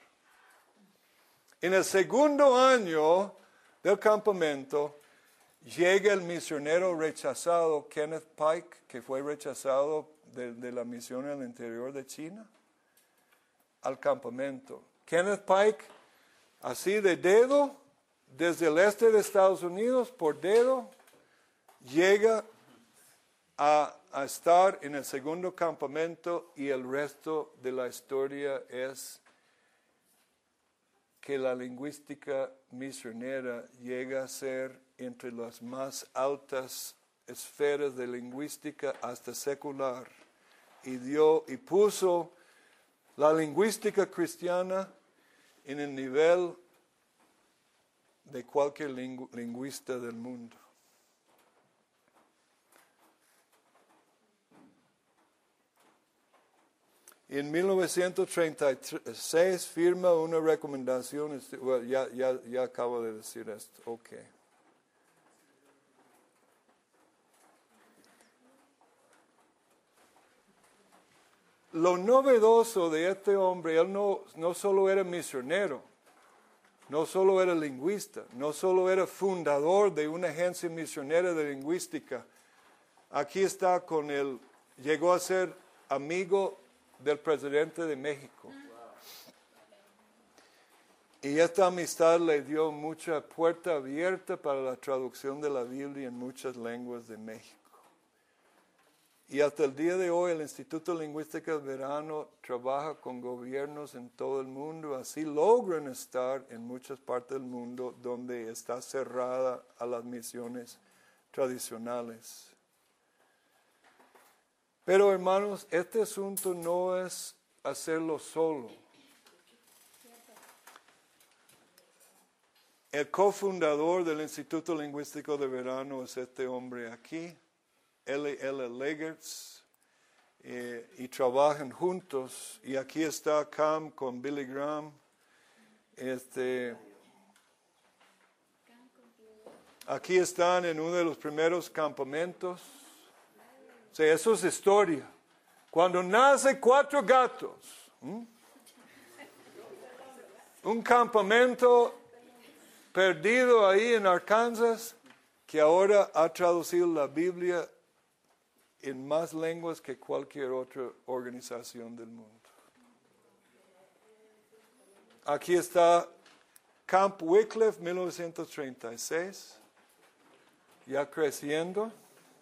En el segundo año del campamento, llega el misionero rechazado, Kenneth Pike, que fue rechazado de la misión en el interior de China, al campamento. Kenneth Pike, así de dedo, desde el este de Estados Unidos, por dedo, llega a estar en el segundo campamento y el resto de la historia es que la lingüística misionera llega a ser entre las más altas esferas de lingüística hasta secular y puso la lingüística cristiana en el nivel de cualquier lingüista del mundo. En 1936 firma una recomendación, well, ya acabo de decir esto, ok. Lo novedoso de este hombre, él no solo era misionero, no solo era lingüista, no solo era fundador de una agencia misionera de lingüística, aquí está llegó a ser amigo del presidente de México. Y esta amistad le dio mucha puerta abierta para la traducción de la Biblia en muchas lenguas de México. Y hasta el día de hoy el Instituto Lingüístico del Verano trabaja con gobiernos en todo el mundo, así logran estar en muchas partes del mundo donde está cerrada a las misiones tradicionales. Pero hermanos, este asunto no es hacerlo solo. El cofundador del Instituto Lingüístico de Verano es este hombre aquí, L.L. Legertz, y trabajan juntos. Y aquí está Cam con Billy Graham. Aquí están en uno de los primeros campamentos. O sea, eso es historia. Cuando nace 4 gatos, un campamento perdido ahí en Arkansas, que ahora ha traducido la Biblia en más lenguas que cualquier otra organización del mundo. Aquí está Camp Wycliffe, 1936, ya creciendo.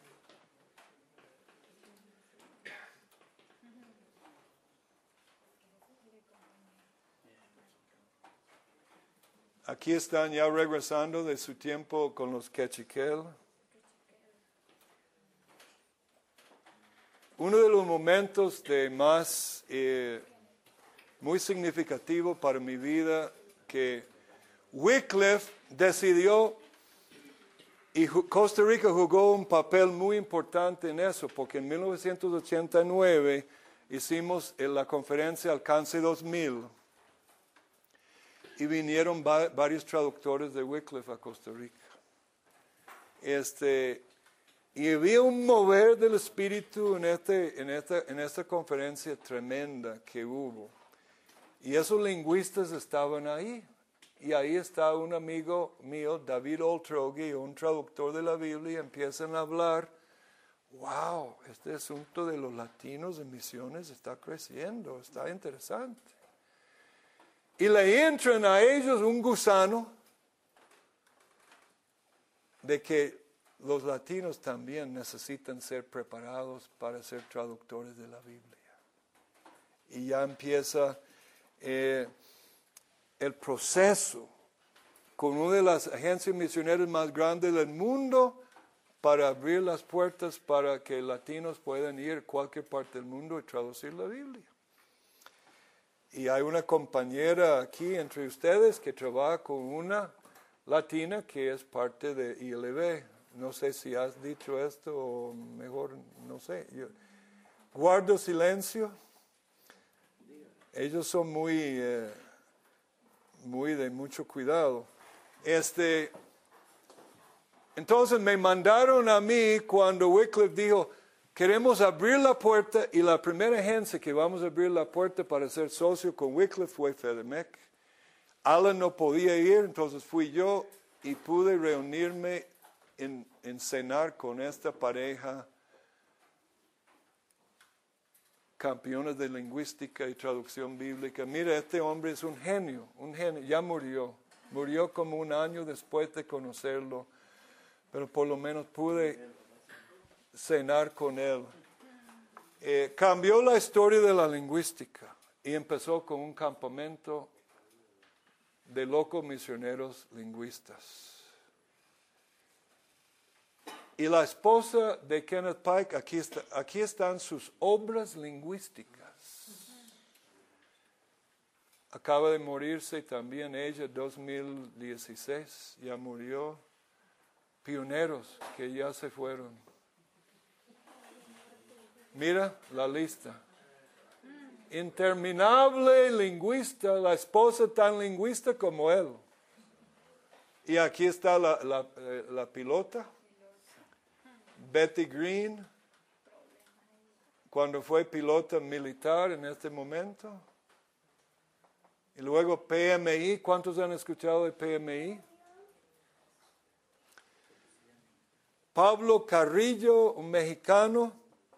Aquí están ya regresando de su tiempo con los Quechiquel. Uno de los momentos muy significativo para mi vida, que Wycliffe decidió, y Costa Rica jugó un papel muy importante en eso, porque en 1989 hicimos la conferencia Alcance 2000 y vinieron varios traductores de Wycliffe a Costa Rica. Y había un mover del espíritu en esta conferencia tremenda que hubo. Y esos lingüistas estaban ahí. Y ahí está un amigo mío, David Oltrogui, un traductor de la Biblia, y empiezan a hablar. Wow, este asunto de los latinos en misiones está creciendo, está interesante. Y le entran a ellos un gusano de que los latinos también necesitan ser preparados para ser traductores de la Biblia. Y ya empieza el proceso con una de las agencias misioneras más grandes del mundo para abrir las puertas para que latinos puedan ir a cualquier parte del mundo y traducir la Biblia. Y hay una compañera aquí entre ustedes que trabaja con una latina que es parte de ILB. No sé si has dicho esto o mejor, no sé. Yo guardo silencio. Ellos son muy de mucho cuidado. Entonces me mandaron a mí cuando Wycliffe dijo, queremos abrir la puerta, y la primera agencia que vamos a abrir la puerta para ser socio con Wycliffe fue FEDEMEC. Alan no podía ir, entonces fui yo y pude reunirme en cenar con esta pareja, campeones de lingüística y traducción bíblica. Mira, este hombre es un genio, ya murió como un año después de conocerlo, pero por lo menos pude cenar con él. Cambió la historia de la lingüística y empezó con un campamento de locos misioneros lingüistas. Y la esposa de Kenneth Pike, aquí están sus obras lingüísticas. Acaba de morirse también ella, 2016, ya murió. Pioneros que ya se fueron. Mira la lista. Interminable lingüista, la esposa tan lingüista como él. Y aquí está la pilota. Betty Green, cuando fue pilota militar en este momento. Y luego PMI, ¿cuántos han escuchado de PMI? Pablo Carrillo, un mexicano.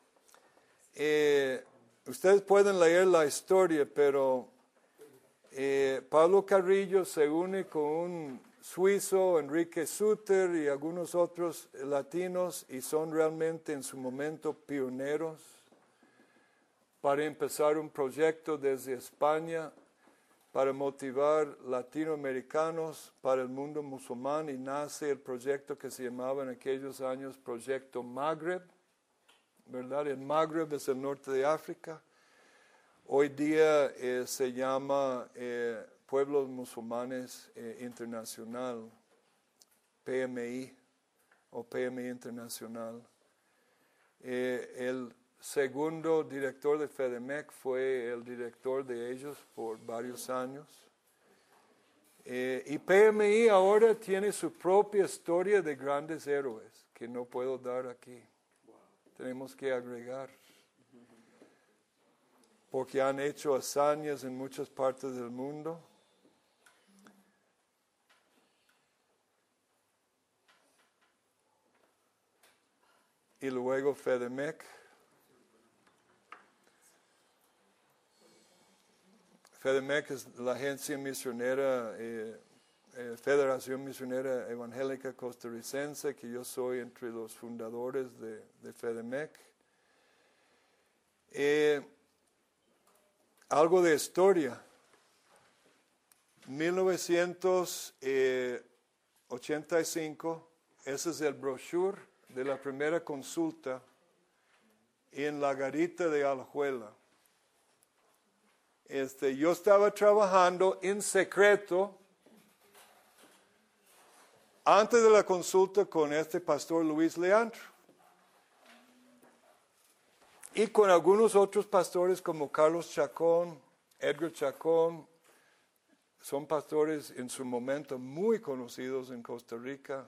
Ustedes pueden leer la historia, pero Pablo Carrillo se une con un suizo, Enrique Suter, y algunos otros latinos, y son realmente en su momento pioneros para empezar un proyecto desde España para motivar latinoamericanos para el mundo musulmán, y nace el proyecto que se llamaba en aquellos años Proyecto Magreb, ¿verdad? El Magreb es el norte de África. Hoy día se llama Pueblos Musulmanes Internacional, PMI o PMI Internacional. El segundo director de FEDEMEC fue el director de ellos por varios años. Y PMI ahora tiene su propia historia de grandes héroes que no puedo dar aquí. Tenemos que agregar. Porque han hecho hazañas en muchas partes del mundo. Y luego FEDEMEC. FEDEMEC es la agencia misionera, Federación Misionera Evangélica Costarricense, que yo soy entre los fundadores de FEDEMEC. Algo de historia. 1985, ese es el brochure de la primera consulta en la garita de Alajuela. Yo estaba trabajando en secreto antes de la consulta con este pastor Luis Leandro. y con algunos otros pastores como Carlos Chacón, Edgar Chacón. Son pastores en su momento muy conocidos en Costa Rica.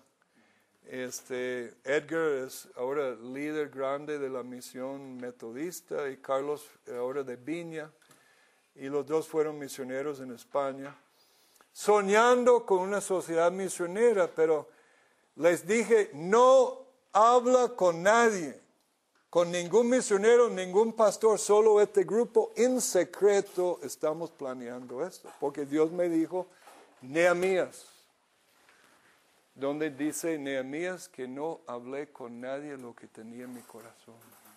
Edgar es ahora líder grande de la misión metodista y Carlos ahora de Viña. Y los dos fueron misioneros en España, soñando con una sociedad misionera, pero les dije, no habla con nadie, con ningún misionero, ningún pastor, solo este grupo en secreto estamos planeando esto, porque Dios me dijo, Nehemías, donde dice Nehemías que no hablé con nadie lo que tenía en mi corazón.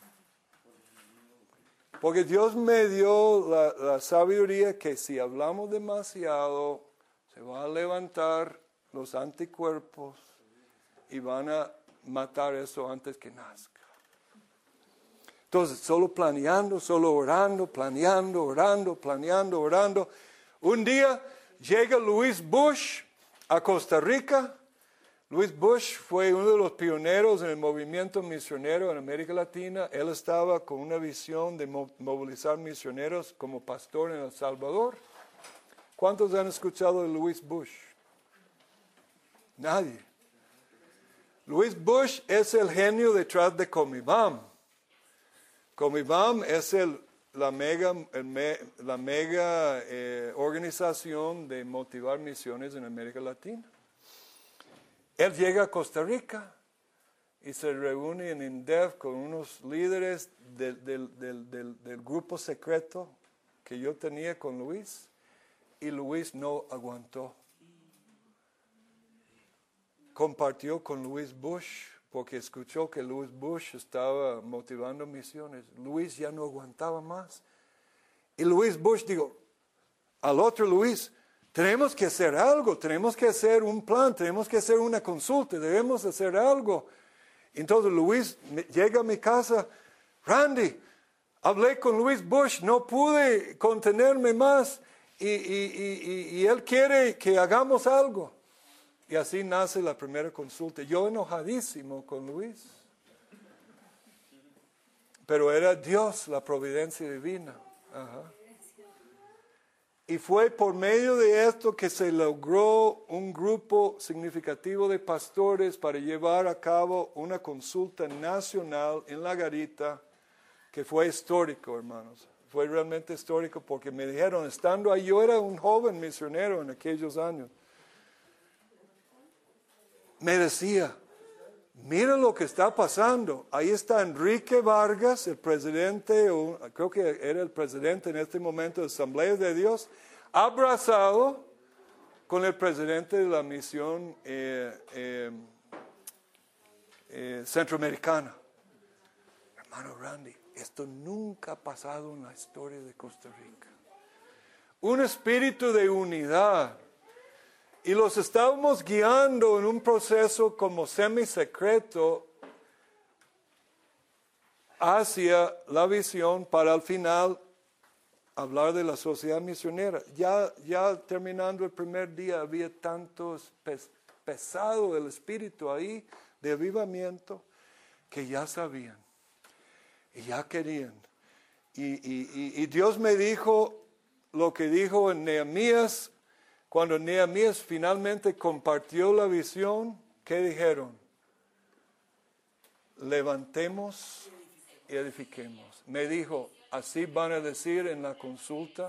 Porque Dios me dio la sabiduría que si hablamos demasiado, se van a levantar los anticuerpos y van a matar eso antes que nazca. Entonces, solo planeando, solo orando, planeando, orando, planeando, orando. Un día llega Luis Bush a Costa Rica. Luis Bush fue uno de los pioneros en el movimiento misionero en América Latina. Él estaba con una visión de movilizar misioneros como pastor en El Salvador. ¿Cuántos han escuchado de Luis Bush? Nadie. Luis Bush es el genio detrás de Comibam. Comibam es la mega organización de motivar misiones en América Latina. Él llega a Costa Rica y se reúne en INDEF con unos líderes del grupo secreto que yo tenía con Luis, y Luis no aguantó. Compartió con Luis Bush porque escuchó que Luis Bush estaba motivando misiones. Luis ya no aguantaba más. Y Luis Bush dijo al otro Luis, tenemos que hacer algo, tenemos que hacer un plan, tenemos que hacer una consulta, debemos hacer algo. Entonces Luis llega a mi casa, Randy, hablé con Luis Bush, no pude contenerme más y él quiere que hagamos algo. Y así nace la primera consulta. Yo enojadísimo con Luis. Pero era Dios, la providencia divina. Ajá. Y fue por medio de esto que se logró un grupo significativo de pastores para llevar a cabo una consulta nacional en La Garita, que fue histórico, hermanos. Fue realmente histórico porque me dijeron, estando ahí, yo era un joven misionero en aquellos años. Me decía, mira lo que está pasando. Ahí está Enrique Vargas, el presidente, creo que era el presidente en este momento de Asamblea de Dios, abrazado con el presidente de la misión centroamericana. Hermano Randy, esto nunca ha pasado en la historia de Costa Rica. Un espíritu de unidad. Y los estábamos guiando en un proceso como semisecreto hacia la visión para al final hablar de la sociedad misionera. Ya terminando el primer día había tanto pesado el espíritu ahí de avivamiento que ya sabían y ya querían. Y Dios me dijo lo que dijo en Nehemías. Cuando Nehemías finalmente compartió la visión, ¿qué dijeron? Levantemos y edifiquemos. Me dijo, así van a decir en la consulta.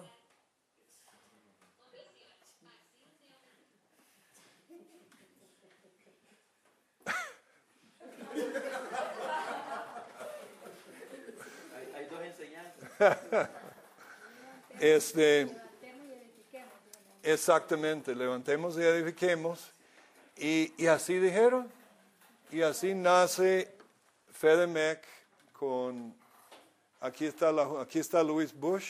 Hay dos enseñanzas. Exactamente, levantemos y edifiquemos. Y así dijeron. Y así nace FEDEMEC con, aquí está Luis Bush.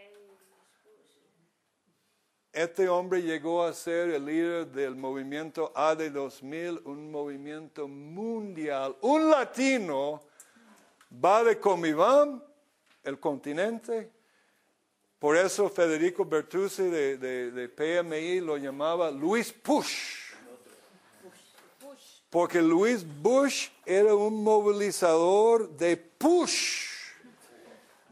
Este hombre llegó a ser el líder del movimiento AD 2000, un movimiento mundial. Un latino va de Comibam, el continente. Por eso Federico Bertuzzi de PMI lo llamaba Luis Push. Porque Luis Bush era un movilizador de push.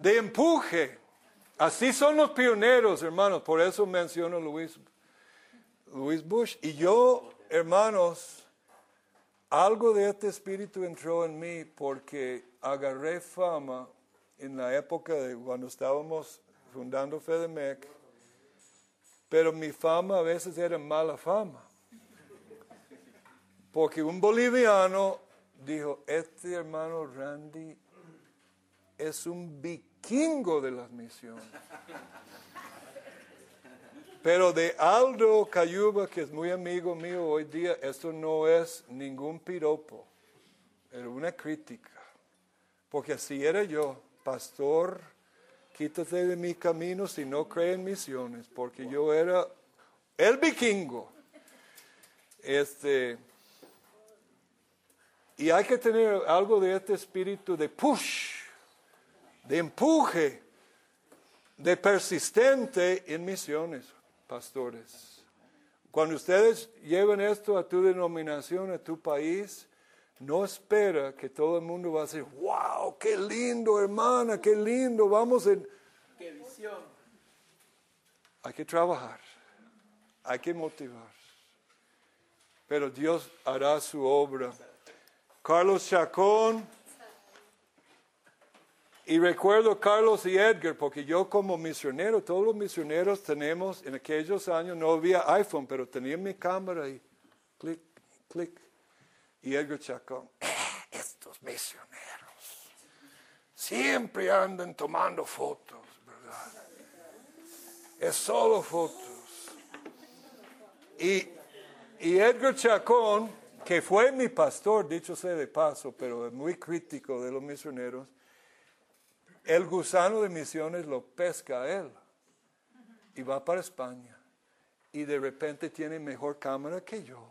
de empuje. Así son los pioneros, hermanos. Por eso menciono Louis Bush. Y yo, hermanos, algo de este espíritu entró en mí porque agarré fama en la época de cuando estábamos fundando FEDEMEC, pero mi fama a veces era mala fama. Porque un boliviano dijo, este hermano Randy es un vikingo de las misiones. Pero de Aldo Cayuba, que es muy amigo mío hoy día, esto no es ningún piropo, era una crítica. Porque así era yo, pastor, quítate de mi camino si no crees en misiones, porque yo era el vikingo. Y hay que tener algo de este espíritu de push, de empuje, de persistente en misiones, pastores. Cuando ustedes lleven esto a tu denominación, a tu país, no espera que todo el mundo va a decir, wow, qué lindo, hermana, qué lindo, vamos en... ¡Qué visión! Hay que trabajar, hay que motivar. Pero Dios hará su obra. Carlos Chacón, y recuerdo Carlos y Edgar, porque yo como misionero, todos los misioneros tenemos, en aquellos años no había iPhone, pero tenía mi cámara y clic, clic. Y Edgar Chacón, estos misioneros siempre andan tomando fotos, ¿verdad? Es solo fotos. Y Edgar Chacón, que fue mi pastor, dicho sea de paso, pero es muy crítico de los misioneros, el gusano de misiones lo pesca a él y va para España y de repente tiene mejor cámara que yo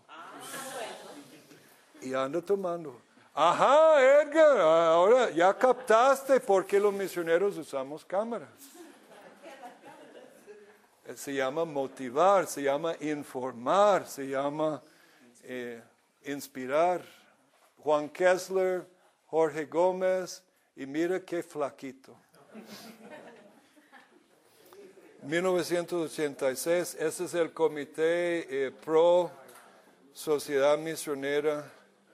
y anda tomando. Ajá, Edgar, ahora ya captaste por qué los misioneros usamos cámaras. Se llama motivar, se llama informar, se llama inspirar. Juan Kessler, Jorge Gómez, y mira qué flaquito. 1986, ese es el comité pro Sociedad Misionera.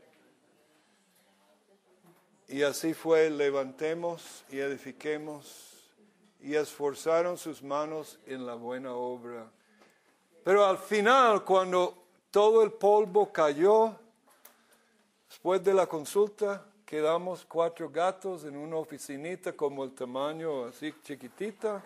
Y así fue, levantemos y edifiquemos y esforzaron sus manos en la buena obra. Pero al final, cuando todo el polvo cayó, después de la consulta, quedamos 4 gatos en una oficinita como el tamaño así chiquitita,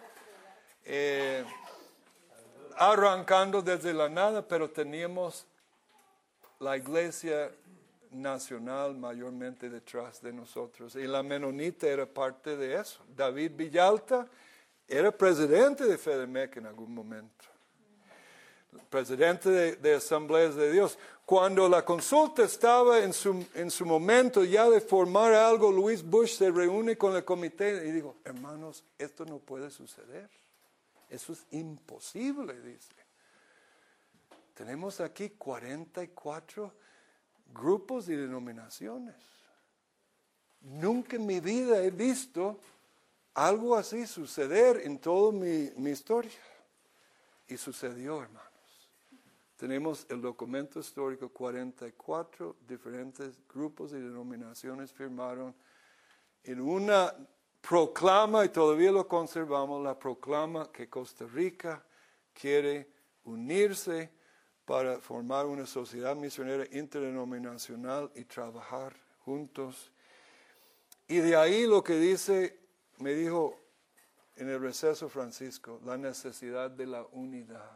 arrancando desde la nada, pero teníamos la iglesia nacional mayormente detrás de nosotros. Y la menonita era parte de eso. David Villalta era presidente de FEDEMEC en algún momento. Presidente de Asambleas de Dios. Cuando la consulta estaba en su momento ya de formar algo, Louis Bush se reúne con el comité y dijo, hermanos, esto no puede suceder. Eso es imposible, dice. Tenemos aquí 44 grupos y denominaciones. Nunca en mi vida he visto algo así suceder en toda mi historia. Y sucedió, hermanos. Tenemos el documento histórico, 44 diferentes grupos y denominaciones firmaron en una proclama, y todavía lo conservamos, la proclama que Costa Rica quiere unirse para formar una sociedad misionera interdenominacional y trabajar juntos. Y de ahí lo que dice, me dijo en el receso Francisco, la necesidad de la unidad.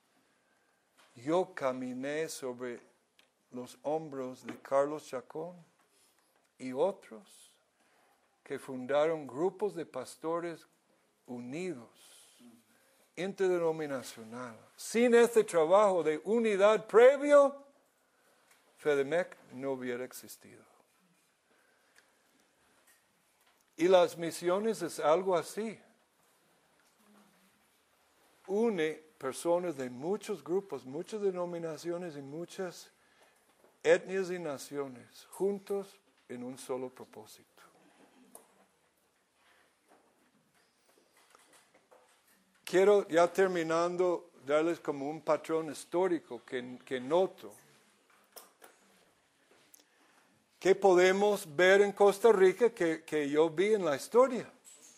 Yo caminé sobre los hombros de Carlos Chacón y otros que fundaron grupos de pastores unidos, interdenominacional. Sin este trabajo de unidad previo, FEDEMEC no hubiera existido. Y las misiones es algo así. Une personas de muchos grupos, muchas denominaciones y muchas etnias y naciones juntos en un solo propósito. quiero ya terminando darles como un patrón histórico que noto. ¿Qué podemos ver en Costa Rica que yo vi en la historia?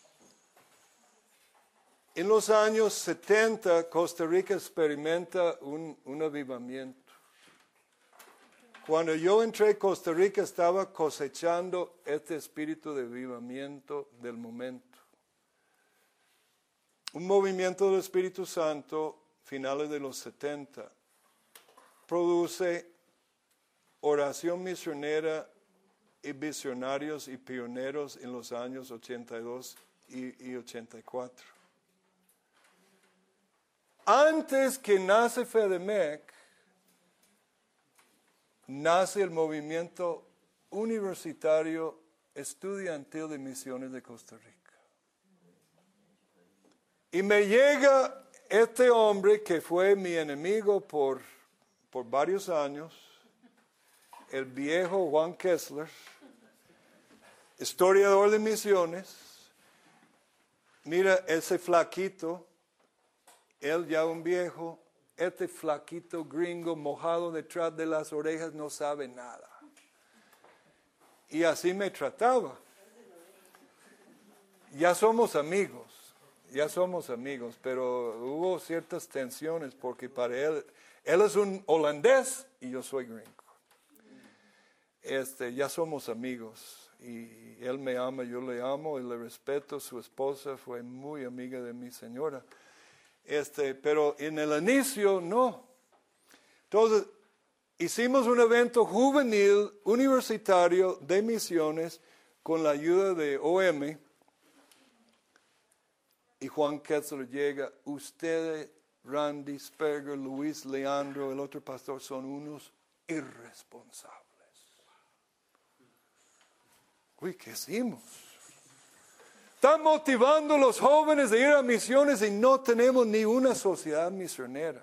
En los años 70, Costa Rica experimenta un avivamiento. Cuando yo entré a Costa Rica, estaba cosechando este espíritu de avivamiento del momento. Un movimiento del Espíritu Santo, finales de los 70, produce oración misionera y visionarios y pioneros en los años 82 y 84. Antes que nace FEDEMEC, nace el movimiento universitario estudiantil de misiones de Costa Rica. Y me llega este hombre que fue mi enemigo por varios años, el viejo Juan Kessler, historiador de misiones. Mira ese flaquito, él ya un viejo, este flaquito gringo mojado detrás de las orejas no sabe nada. Y así me trataba. Ya somos amigos, pero hubo ciertas tensiones porque para él es un holandés y yo soy gringo. Ya somos amigos y él me ama, yo le amo y le respeto. Su esposa fue muy amiga de mi señora. Pero en el inicio no. Entonces, hicimos un evento juvenil universitario de misiones con la ayuda de OM. Y Juan Kessler llega. Ustedes, Randy Sperger, Luis Leandro, el otro pastor, son unos irresponsables. Uy, ¿qué hicimos? Están motivando a los jóvenes a ir a misiones y no tenemos ni una sociedad misionera.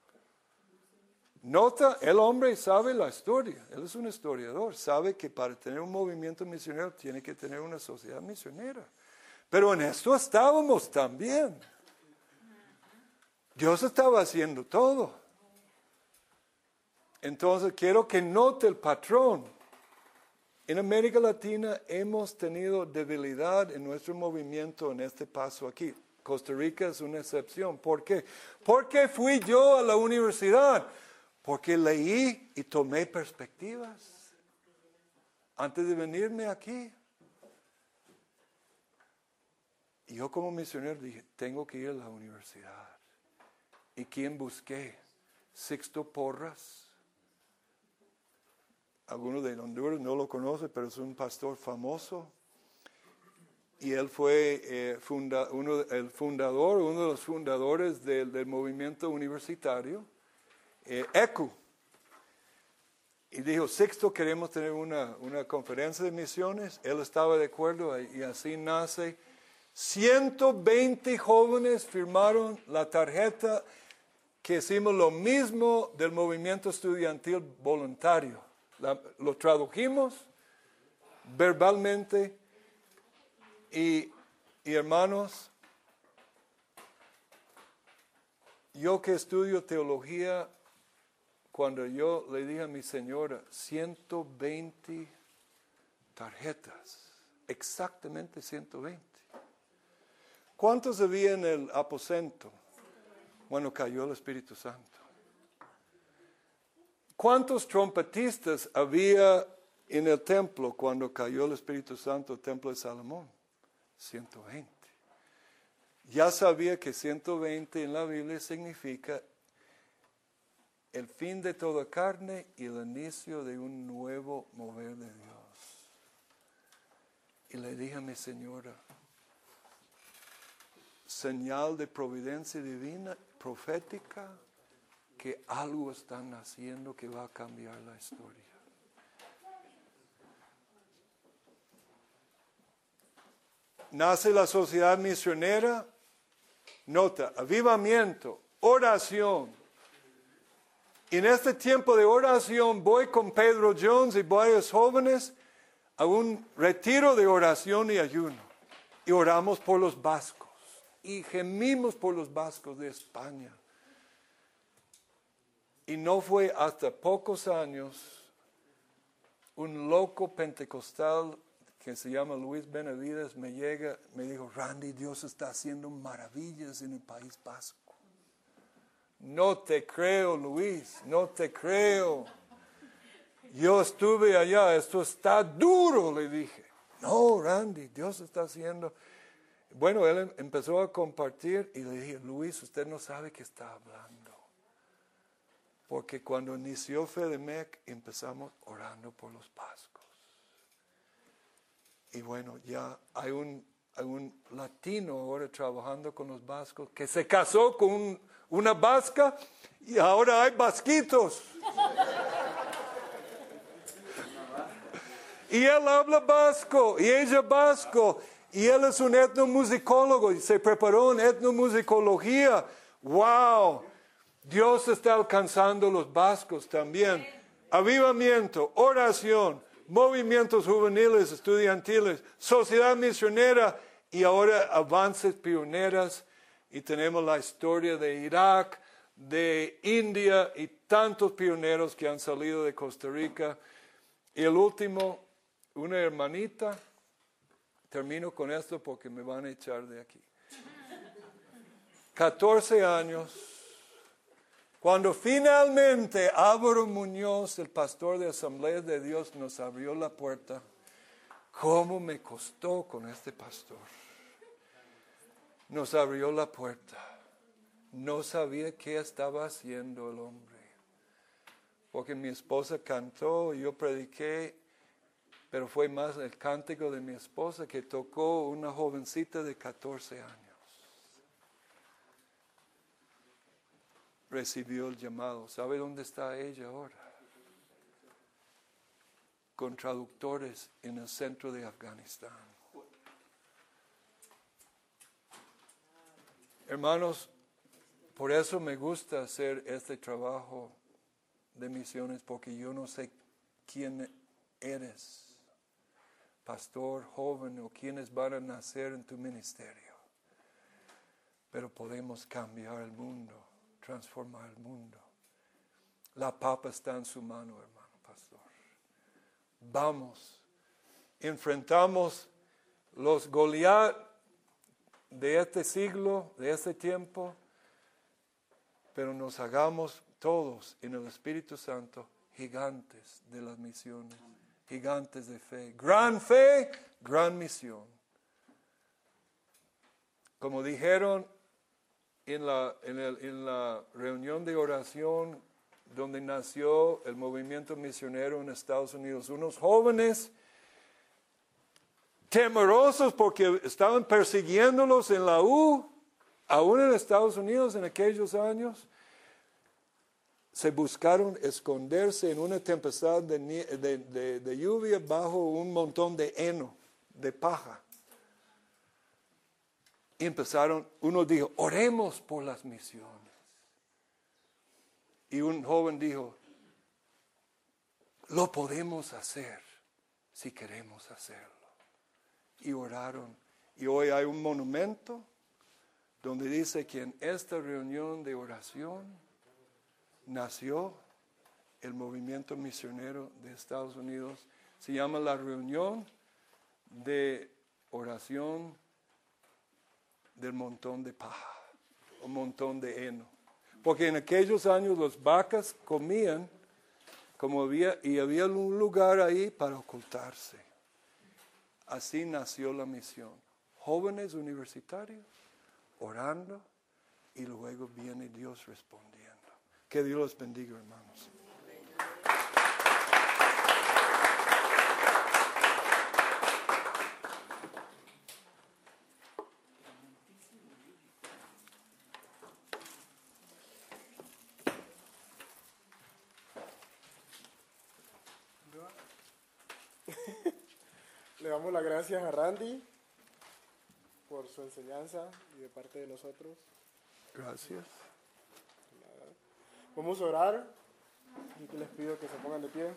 Nota, el hombre sabe la historia, él es un historiador, sabe que para tener un movimiento misionero tiene que tener una sociedad misionera. Pero en esto estábamos también. Dios estaba haciendo todo. Entonces quiero que note el patrón. En América Latina hemos tenido debilidad en nuestro movimiento en este paso aquí. Costa Rica es una excepción. ¿Por qué? ¿Por qué fui yo a la universidad? Porque leí y tomé perspectivas antes de venirme aquí. Y yo como misionero dije, tengo que ir a la universidad. ¿Y quién busqué? Sixto Porras. Algunos de Honduras no lo conocen, pero es un pastor famoso. Y él fue uno de los fundadores del movimiento universitario, ECU. Y dijo, Sixto, queremos tener una conferencia de misiones. Él estaba de acuerdo y así nace. 120 jóvenes firmaron la tarjeta que hicimos lo mismo del movimiento estudiantil voluntario. Lo tradujimos verbalmente y hermanos, yo que estudio teología, cuando yo le dije a mi señora, 120 tarjetas, exactamente 120. ¿Cuántos había en el aposento cuando cayó el Espíritu Santo? ¿Cuántos trompetistas había en el templo cuando cayó el Espíritu Santo, el templo de Salomón? 120. Ya sabía que 120 en la Biblia significa el fin de toda carne y el inicio de un nuevo mover de Dios. Y le dije a mi señora, señal de providencia divina, profética, que algo están haciendo que va a cambiar la historia. Nace la sociedad misionera. Nota, avivamiento, oración. Y en este tiempo de oración voy con Pedro Jones y varios jóvenes a un retiro de oración y ayuno. Y oramos por los vascos. y gemimos por los vascos de España. Y no fue hasta pocos años un loco pentecostal que se llama Luis Benavides me llega, me dijo, Randy, Dios está haciendo maravillas en el País Vasco. No te creo, Luis, no te creo. Yo estuve allá, esto está duro, le dije. No, Randy, Dios está haciendo. Bueno, él empezó a compartir y le dije, Luis, usted no sabe qué está hablando. Porque cuando inició FEDEMEC empezamos orando por los vascos. Y bueno, ya hay un latino ahora trabajando con los vascos que se casó con una vasca y ahora hay vasquitos. Y él habla vasco y ella vasco. Y él es un etnomusicólogo y se preparó en etnomusicología. ¡Wow! Dios está alcanzando los vascos también. Avivamiento, oración, movimientos juveniles, estudiantiles, sociedad misionera y ahora avances pioneras. Y tenemos la historia de Irak, de India y tantos pioneros que han salido de Costa Rica. Y el último, una hermanita, termino con esto porque me van a echar de aquí. 14 años, cuando finalmente Álvaro Muñoz, el pastor de Asamblea de Dios, nos abrió la puerta, ¿cómo me costó con este pastor? Nos abrió la puerta. No sabía qué estaba haciendo el hombre. Porque mi esposa cantó, yo prediqué, pero fue más el cántico de mi esposa que tocó una jovencita de 14 años. Recibió el llamado. ¿Sabe dónde está ella ahora? Con traductores en el centro de Afganistán. Hermanos, por eso me gusta hacer este trabajo de misiones, porque yo no sé quién eres, pastor, joven, o quiénes van a nacer en tu ministerio. Pero podemos cambiar el mundo, transformar el mundo. La papa está en su mano, hermano pastor. Vamos, enfrentamos los Goliat de este siglo, de este tiempo, pero nos hagamos todos en el Espíritu Santo gigantes de las misiones, gigantes de fe, gran misión. Como dijeron en la reunión de oración donde nació el movimiento misionero en Estados Unidos, unos jóvenes temerosos porque estaban persiguiéndolos en la aún en Estados Unidos en aquellos años, se buscaron esconderse en una tempestad de lluvia bajo un montón de heno, de paja. Y empezaron, uno dijo, oremos por las misiones. Y un joven dijo, lo podemos hacer si queremos hacerlo. Y oraron. Y hoy hay un monumento donde dice que en esta reunión de oración nació el movimiento misionero de Estados Unidos. Se llama la reunión de oración del montón de paja, un montón de heno. Porque en aquellos años las vacas comían y había un lugar ahí para ocultarse. Así nació la misión. Jóvenes universitarios orando y luego viene Dios respondiendo. Que Dios los bendiga, hermanos. Le damos las gracias a Randy por su enseñanza y de parte de nosotros. Gracias. Vamos a orar y les pido que se pongan de pie.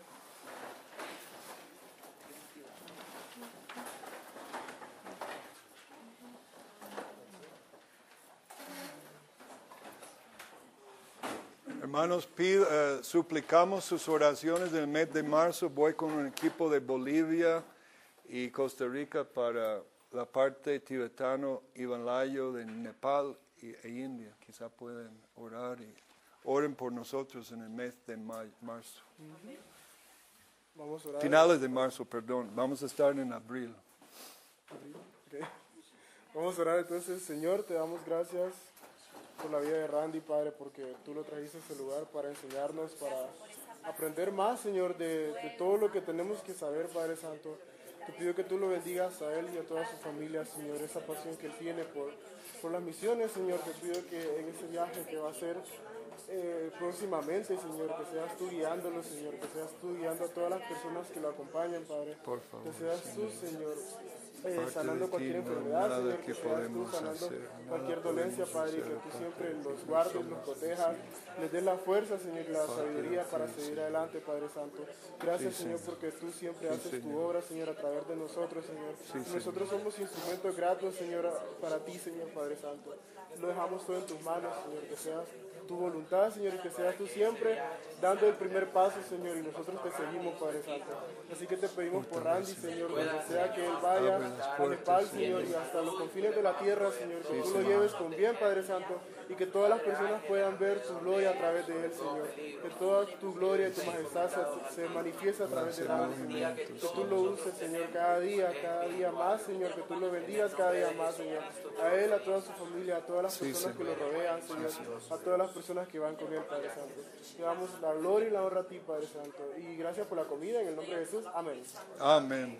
Hermanos, suplicamos sus oraciones del mes de marzo. Voy con un equipo de Bolivia y Costa Rica para la parte tibetano Himalaya de Nepal e India. Quizá pueden orar y oren por nosotros en el mes de marzo. Vamos a orar. Finales de marzo, perdón. Vamos a estar en abril. Ok. Vamos a orar entonces. Señor, te damos gracias por la vida de Randy, Padre, porque tú lo trajiste a este lugar para enseñarnos, para aprender más, Señor, de todo lo que tenemos que saber, Padre Santo. Te pido que tú lo bendigas a él y a toda su familia, Señor, esa pasión que él tiene por las misiones, Señor. Te pido que en ese viaje que va a hacer próximamente, Señor, que seas tú guiándolo, Señor, que seas tú guiando a todas las personas que lo acompañan, Padre. Por favor, que seas tú, Señor, sanando de cualquier ti no hay enfermedad, nada Señor, que que seas tú podemos sanando hacer, cualquier nada dolencia, podemos Padre, y que hacer tú aparte siempre de los ti, guardes, somos los protejas, les des la fuerza, Señor, y la Aparte de sabiduría ti, para seguir Señor. adelante, Padre Santo. Gracias, Sí, Señor, Señor. porque tú siempre Sí, haces tu Señor. obra, Señor, a través de nosotros, Señor. Sí, Y nosotros somos instrumentos gratos, Señor, para ti, Señor, Padre Santo. Lo dejamos todo en tus manos, Señor, que seas tu voluntad, Señor, y que seas tú siempre dando el primer paso, Señor, y nosotros te seguimos, Padre Santo. Así que te pedimos por Randy, Señor, donde sea que él vaya a Nepal, Señor, y hasta los confines de la tierra, Señor, que tú lo lleves con bien, Padre Santo, y que todas las personas puedan ver tu gloria a través de él, Señor. Que toda tu gloria y tu majestad se manifieste a través de Randy, Señor. Que tú lo uses, Señor, cada día más, Señor, que tú lo bendigas cada día más, Señor. A él, a toda su familia, a todas las personas que lo rodean, Señor, a todas las personas que van con él, Padre Santo. Te damos la gloria y la honra a ti, Padre Santo. Y gracias por la comida, en el nombre de Jesús. Amén. Amén.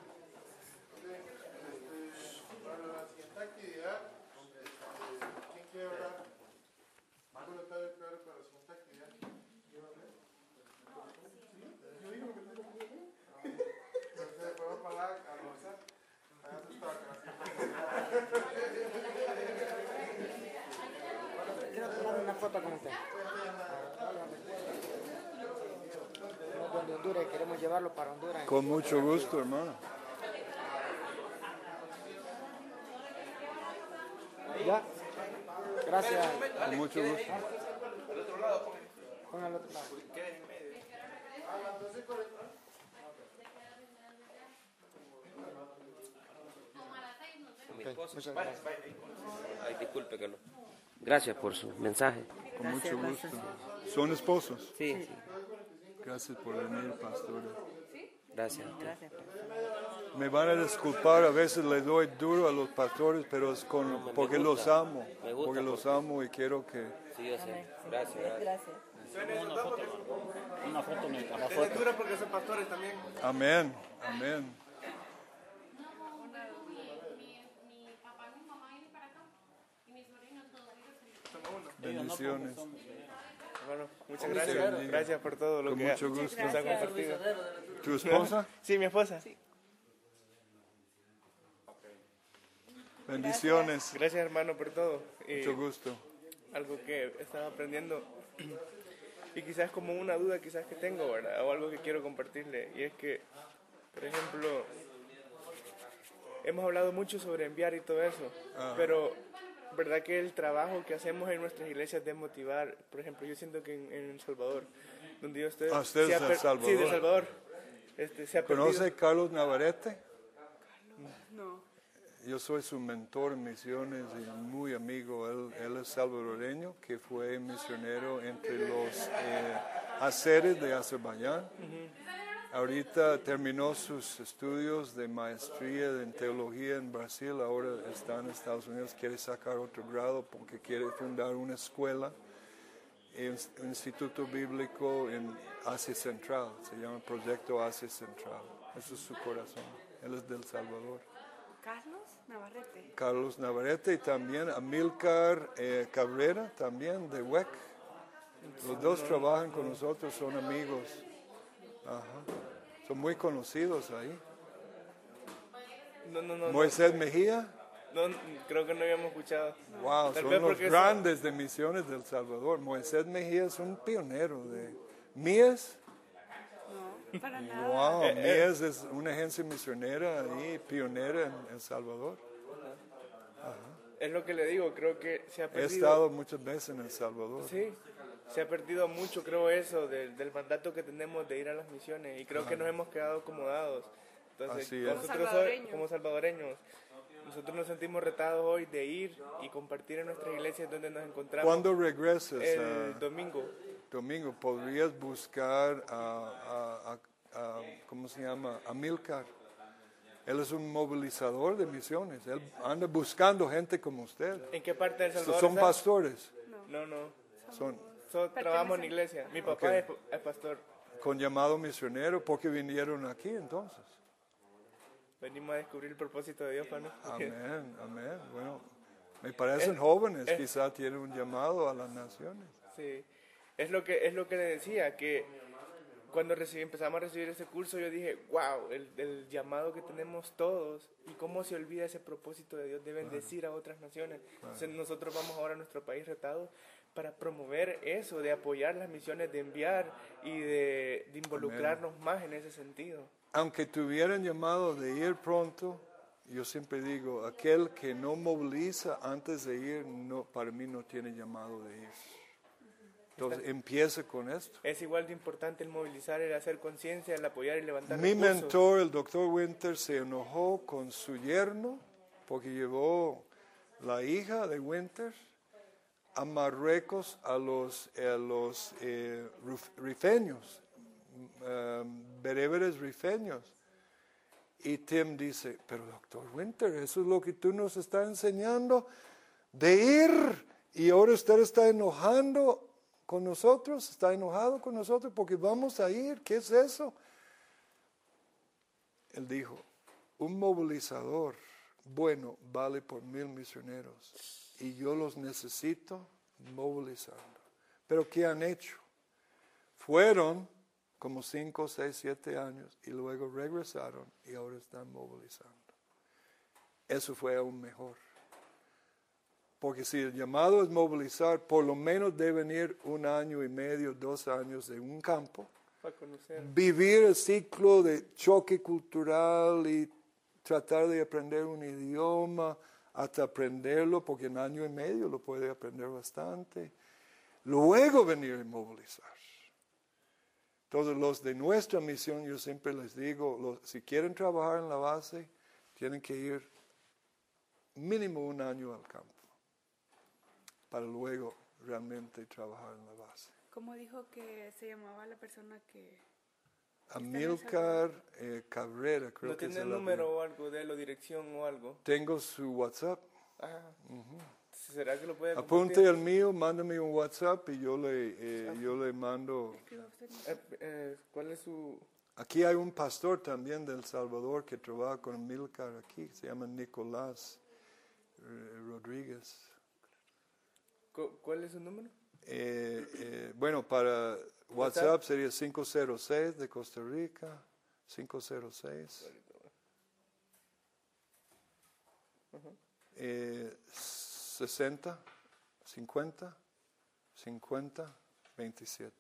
Para la siguiente actividad, ¿quién quiere orar? ¿Cuándo está el para la siguiente actividad? Yo digo que tengo que ir. Entonces, podemos pagar a almorzar. Allá tú estás. Quiero tomar una foto con usted. Somos de Honduras y queremos llevarlo para Honduras. Con mucho gusto, hermano. ¿Ya? Gracias. Con mucho gusto. Ponga al otro lado. Mi esposo. Muchas gracias. Ay, disculpe que no. Gracias por su mensaje. Con mucho gusto. ¿Son esposos? Sí, sí. Gracias por venir, pastor. Gracias. Me van a disculpar, a veces les doy duro a los pastores, pero es porque los amo. Me gusta Porque los amo y quiero que... Sí, yo sé. Gracias. Una foto, me la Es dura porque son pastores también. Amén, amén. Mi papá y mi mamá vienen para acá y mis sobrinos todos ellos. Bendiciones. Bueno, muchas Dios gracias. bendiga. Gracias por todo lo Con que mucho gusto. nos ha compartido. ¿Tu esposa? Sí, mi esposa. Bendiciones. Gracias, hermano, por todo. Mucho gusto. Algo que estaba aprendiendo y quizás como una duda quizás que tengo, ¿verdad? O algo que quiero compartirle, y es que, por ejemplo, hemos hablado mucho sobre enviar y todo eso, pero verdad que el trabajo que hacemos en nuestras iglesias de motivar, por ejemplo, yo siento que en El Salvador, donde yo estoy, ¿Usted es de El Salvador? sí, de El Salvador, se ha perdido. ¿Conoce Carlos Navarrete? No. Yo soy su mentor en misiones y muy amigo. Él es salvadoreño, que fue misionero entre los azeres de Azerbaiyán. Ahorita terminó sus estudios de maestría en teología en Brasil, ahora está en Estados Unidos, quiere sacar otro grado porque quiere fundar una escuela, un instituto bíblico en Asia Central, se llama Proyecto Asia Central. Eso es su corazón. Él es del Salvador. Carlos Navarrete y también Amílcar Cabrera, también de WEC. Los dos trabajan con nosotros, son amigos. Ajá. Son muy conocidos ahí. No, Moisés Mejía. no, creo que no habíamos escuchado. Wow, Tal son vez los porque grandes de misiones del Salvador. Moisés Mejía es un pionero de Mies. No, para nada. Wow, Mies es una agencia misionera ahí, pionera en El Salvador. Es lo que le digo, creo que se ha He perdido. estado muchas veces en El Salvador. Sí, Se ha perdido mucho, creo, eso del mandato que tenemos de ir a las misiones y creo que nos hemos quedado acomodados. Entonces, Así es. nosotros como salvadoreños, nosotros nos sentimos retados hoy de ir y compartir en nuestras iglesias donde nos encontramos. ¿Cuándo regresas? El domingo. Domingo, podrías buscar ¿cómo se llama? A Milcar. Él es un movilizador de misiones. Él anda buscando gente como usted. ¿En qué parte de El Salvador ¿Son está? pastores? No. Trabajamos en iglesia. Mi papá Ok. es pastor. Con llamado misionero, ¿por qué vinieron aquí entonces? Venimos a descubrir el propósito de Dios, ¿no? Amén, amén. Bueno, me parecen jóvenes, quizá tienen un llamado a las naciones. Sí, es lo que le decía, que cuando empezamos a recibir ese curso yo dije, wow, el llamado que tenemos todos y cómo se olvida ese propósito de Dios de bendecir a otras naciones. Entonces nosotros vamos ahora a nuestro país retados para promover eso, de apoyar las misiones, de enviar y de involucrarnos más en ese sentido. Aunque tuvieran llamado de ir pronto, yo siempre digo, aquel que no moviliza antes de ir, no, para mí no tiene llamado de ir. Entonces, empiece con esto. Es igual de importante el movilizar, el hacer conciencia, el apoyar y levantar Mi recursos. mentor, el doctor Winter, se enojó con su yerno porque llevó la hija de Winter a Marruecos a los rifeños, bereberes rifeños. Y Tim dice, pero doctor Winter, eso es lo que tú nos estás enseñando, de ir. Y ahora usted está enojado con nosotros porque vamos a ir. ¿Qué es eso? Él dijo, un movilizador bueno vale por 1000 misioneros y yo los necesito movilizando. Pero ¿qué han hecho? Fueron como 5, 6, 7 años y luego regresaron y ahora están movilizando. Eso fue aún mejor. Porque si el llamado es movilizar, por lo menos deben ir 1 año y medio, 2 años de un campo, Para conocer. vivir el ciclo de choque cultural y tratar de aprender un idioma, hasta aprenderlo, porque en 1 año y medio lo puede aprender bastante. Luego venir y movilizar. Entonces los de nuestra misión, yo siempre les digo, si quieren trabajar en la base, tienen que ir mínimo 1 año al campo, para luego realmente trabajar en la base. ¿Cómo dijo que se llamaba la persona que...? Amílcar Cabrera, creo ¿No que es tiene el número apellido. o algo de él o dirección o algo? Tengo su WhatsApp. ¿Será que lo puede Apunte compartir? el mío, mándame un WhatsApp y yo le mando. ¿Cuál es su...? Aquí hay un pastor también de El Salvador que trabaja con Amílcar aquí, se llama Nicolás Rodríguez. ¿Cuál es su número? Bueno, para WhatsApp sería 506 de Costa Rica, 506. 60, 50, 50, 27.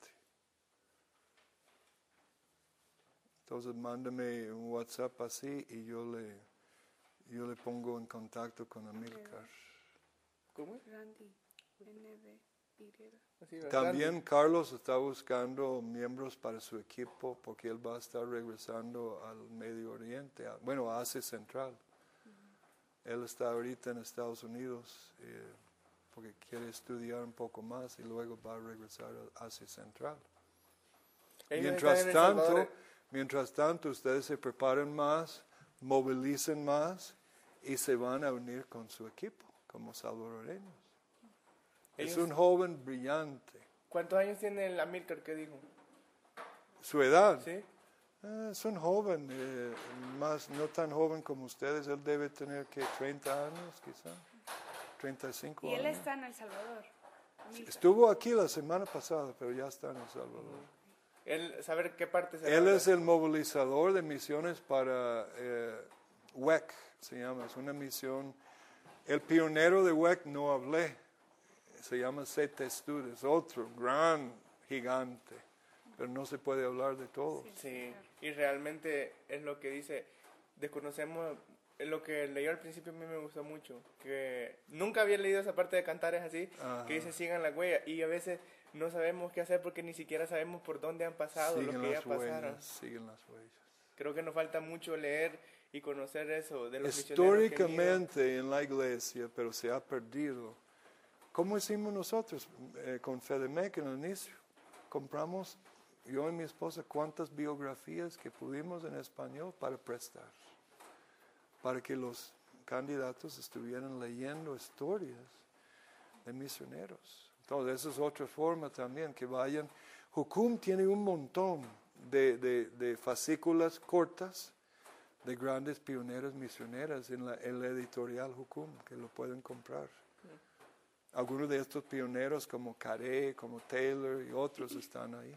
Entonces mándame un WhatsApp así y yo le pongo en contacto con Amílcar. ¿Cómo es? Randy, NBY. Así, ¿verdad? También Carlos está buscando miembros para su equipo porque él va a estar regresando al Medio Oriente, a Asia Central. Él está ahorita en Estados Unidos porque quiere estudiar un poco más y luego va a regresar a Asia Central. Ellos están en El Salvador. Mientras tanto, ustedes se preparan más, movilicen más y se van a unir con su equipo como salvadoreños. Es un joven brillante. ¿Cuántos años tiene el Amílcar que dijo? Su edad. ¿Sí? Es un joven, más no tan joven como ustedes. Él debe tener que 30 años, quizá, 35 Y él años. está en El Salvador. Amílcar. Estuvo aquí la semana pasada, pero ya está en El Salvador. Él, saber qué parte se Él va a es el movilizador de misiones para WEC, se llama, es una misión. El pionero de WEC no hablé, se llama CT Studios, otro gran gigante, pero no se puede hablar de todo. Sí, y realmente es lo que dice, desconocemos, lo que leyó al principio a mí me gustó mucho, que nunca había leído esa parte de Cantares así, Ajá. que dice sigan la huella, y a veces no sabemos qué hacer porque ni siquiera sabemos por dónde han pasado los que ya pasaron. Siguen las huellas. Creo que nos falta mucho leer y conocer eso de los misioneros que han ido. Históricamente en la iglesia, pero se ha perdido. ¿Cómo hicimos nosotros con FEDEMEC en el inicio? Compramos, yo y mi esposa, cuántas biografías que pudimos en español para prestar, para que los candidatos estuvieran leyendo historias de misioneros. Entonces, esa es otra forma también, que vayan. Jucum tiene un montón de fascículas cortas de grandes pioneros misioneras en la editorial Jucum, que lo pueden comprar. Algunos de estos pioneros como Carey, como Taylor y otros están ahí.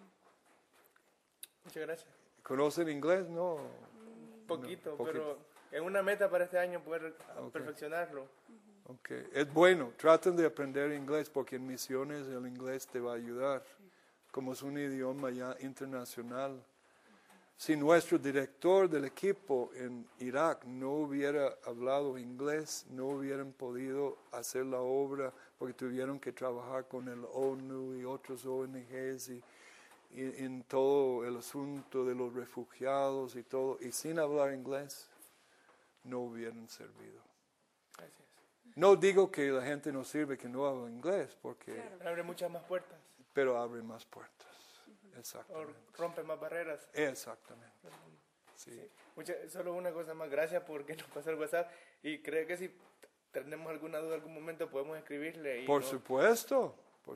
Muchas gracias. ¿Conocen inglés? No. Poquito, pero es una meta para este año poder perfeccionarlo. Okay. Es bueno, traten de aprender inglés porque en misiones el inglés te va a ayudar, como es un idioma ya internacional. Si nuestro director del equipo en Irak no hubiera hablado inglés, no hubieran podido hacer la obra porque tuvieron que trabajar con el ONU y otros ONGs y en todo el asunto de los refugiados y todo, y sin hablar inglés no hubieran servido. Gracias. No digo que la gente no sirve que no habla inglés, porque Abre muchas más puertas. pero abre más puertas. Exactamente. O rompe más barreras. Exactamente. Sí. Solo una cosa más, gracias porque nos pasó el WhatsApp y creo que si tenemos alguna duda en algún momento podemos escribirle. Y Por supuesto.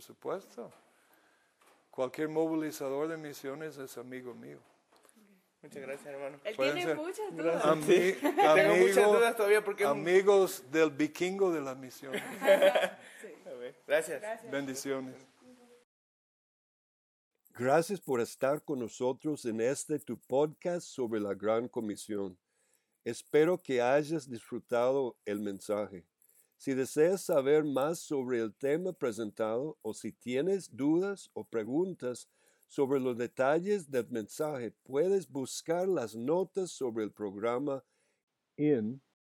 Cualquier movilizador de misiones es amigo mío. Muchas gracias, hermano. Él Pueden tiene ser. muchas dudas. Tengo muchas dudas todavía porque amigos del vikingo de las misiones. Gracias. Bendiciones. Gracias por estar con nosotros en tu podcast sobre la Gran Comisión. Espero que hayas disfrutado el mensaje. Si deseas saber más sobre el tema presentado o si tienes dudas o preguntas sobre los detalles del mensaje, puedes buscar las notas sobre el programa en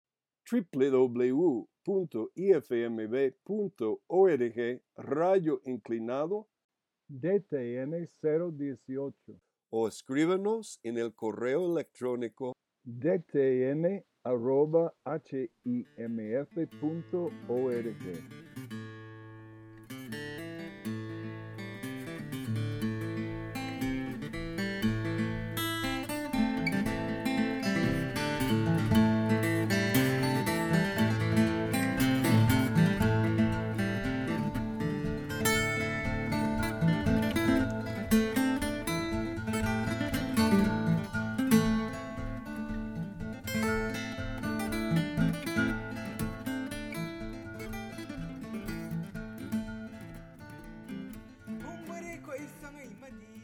www.ifmb.org/inclinado DTN 018 o escríbanos en el correo electrónico dtn@himf.org. Mumbai ko isang ay madi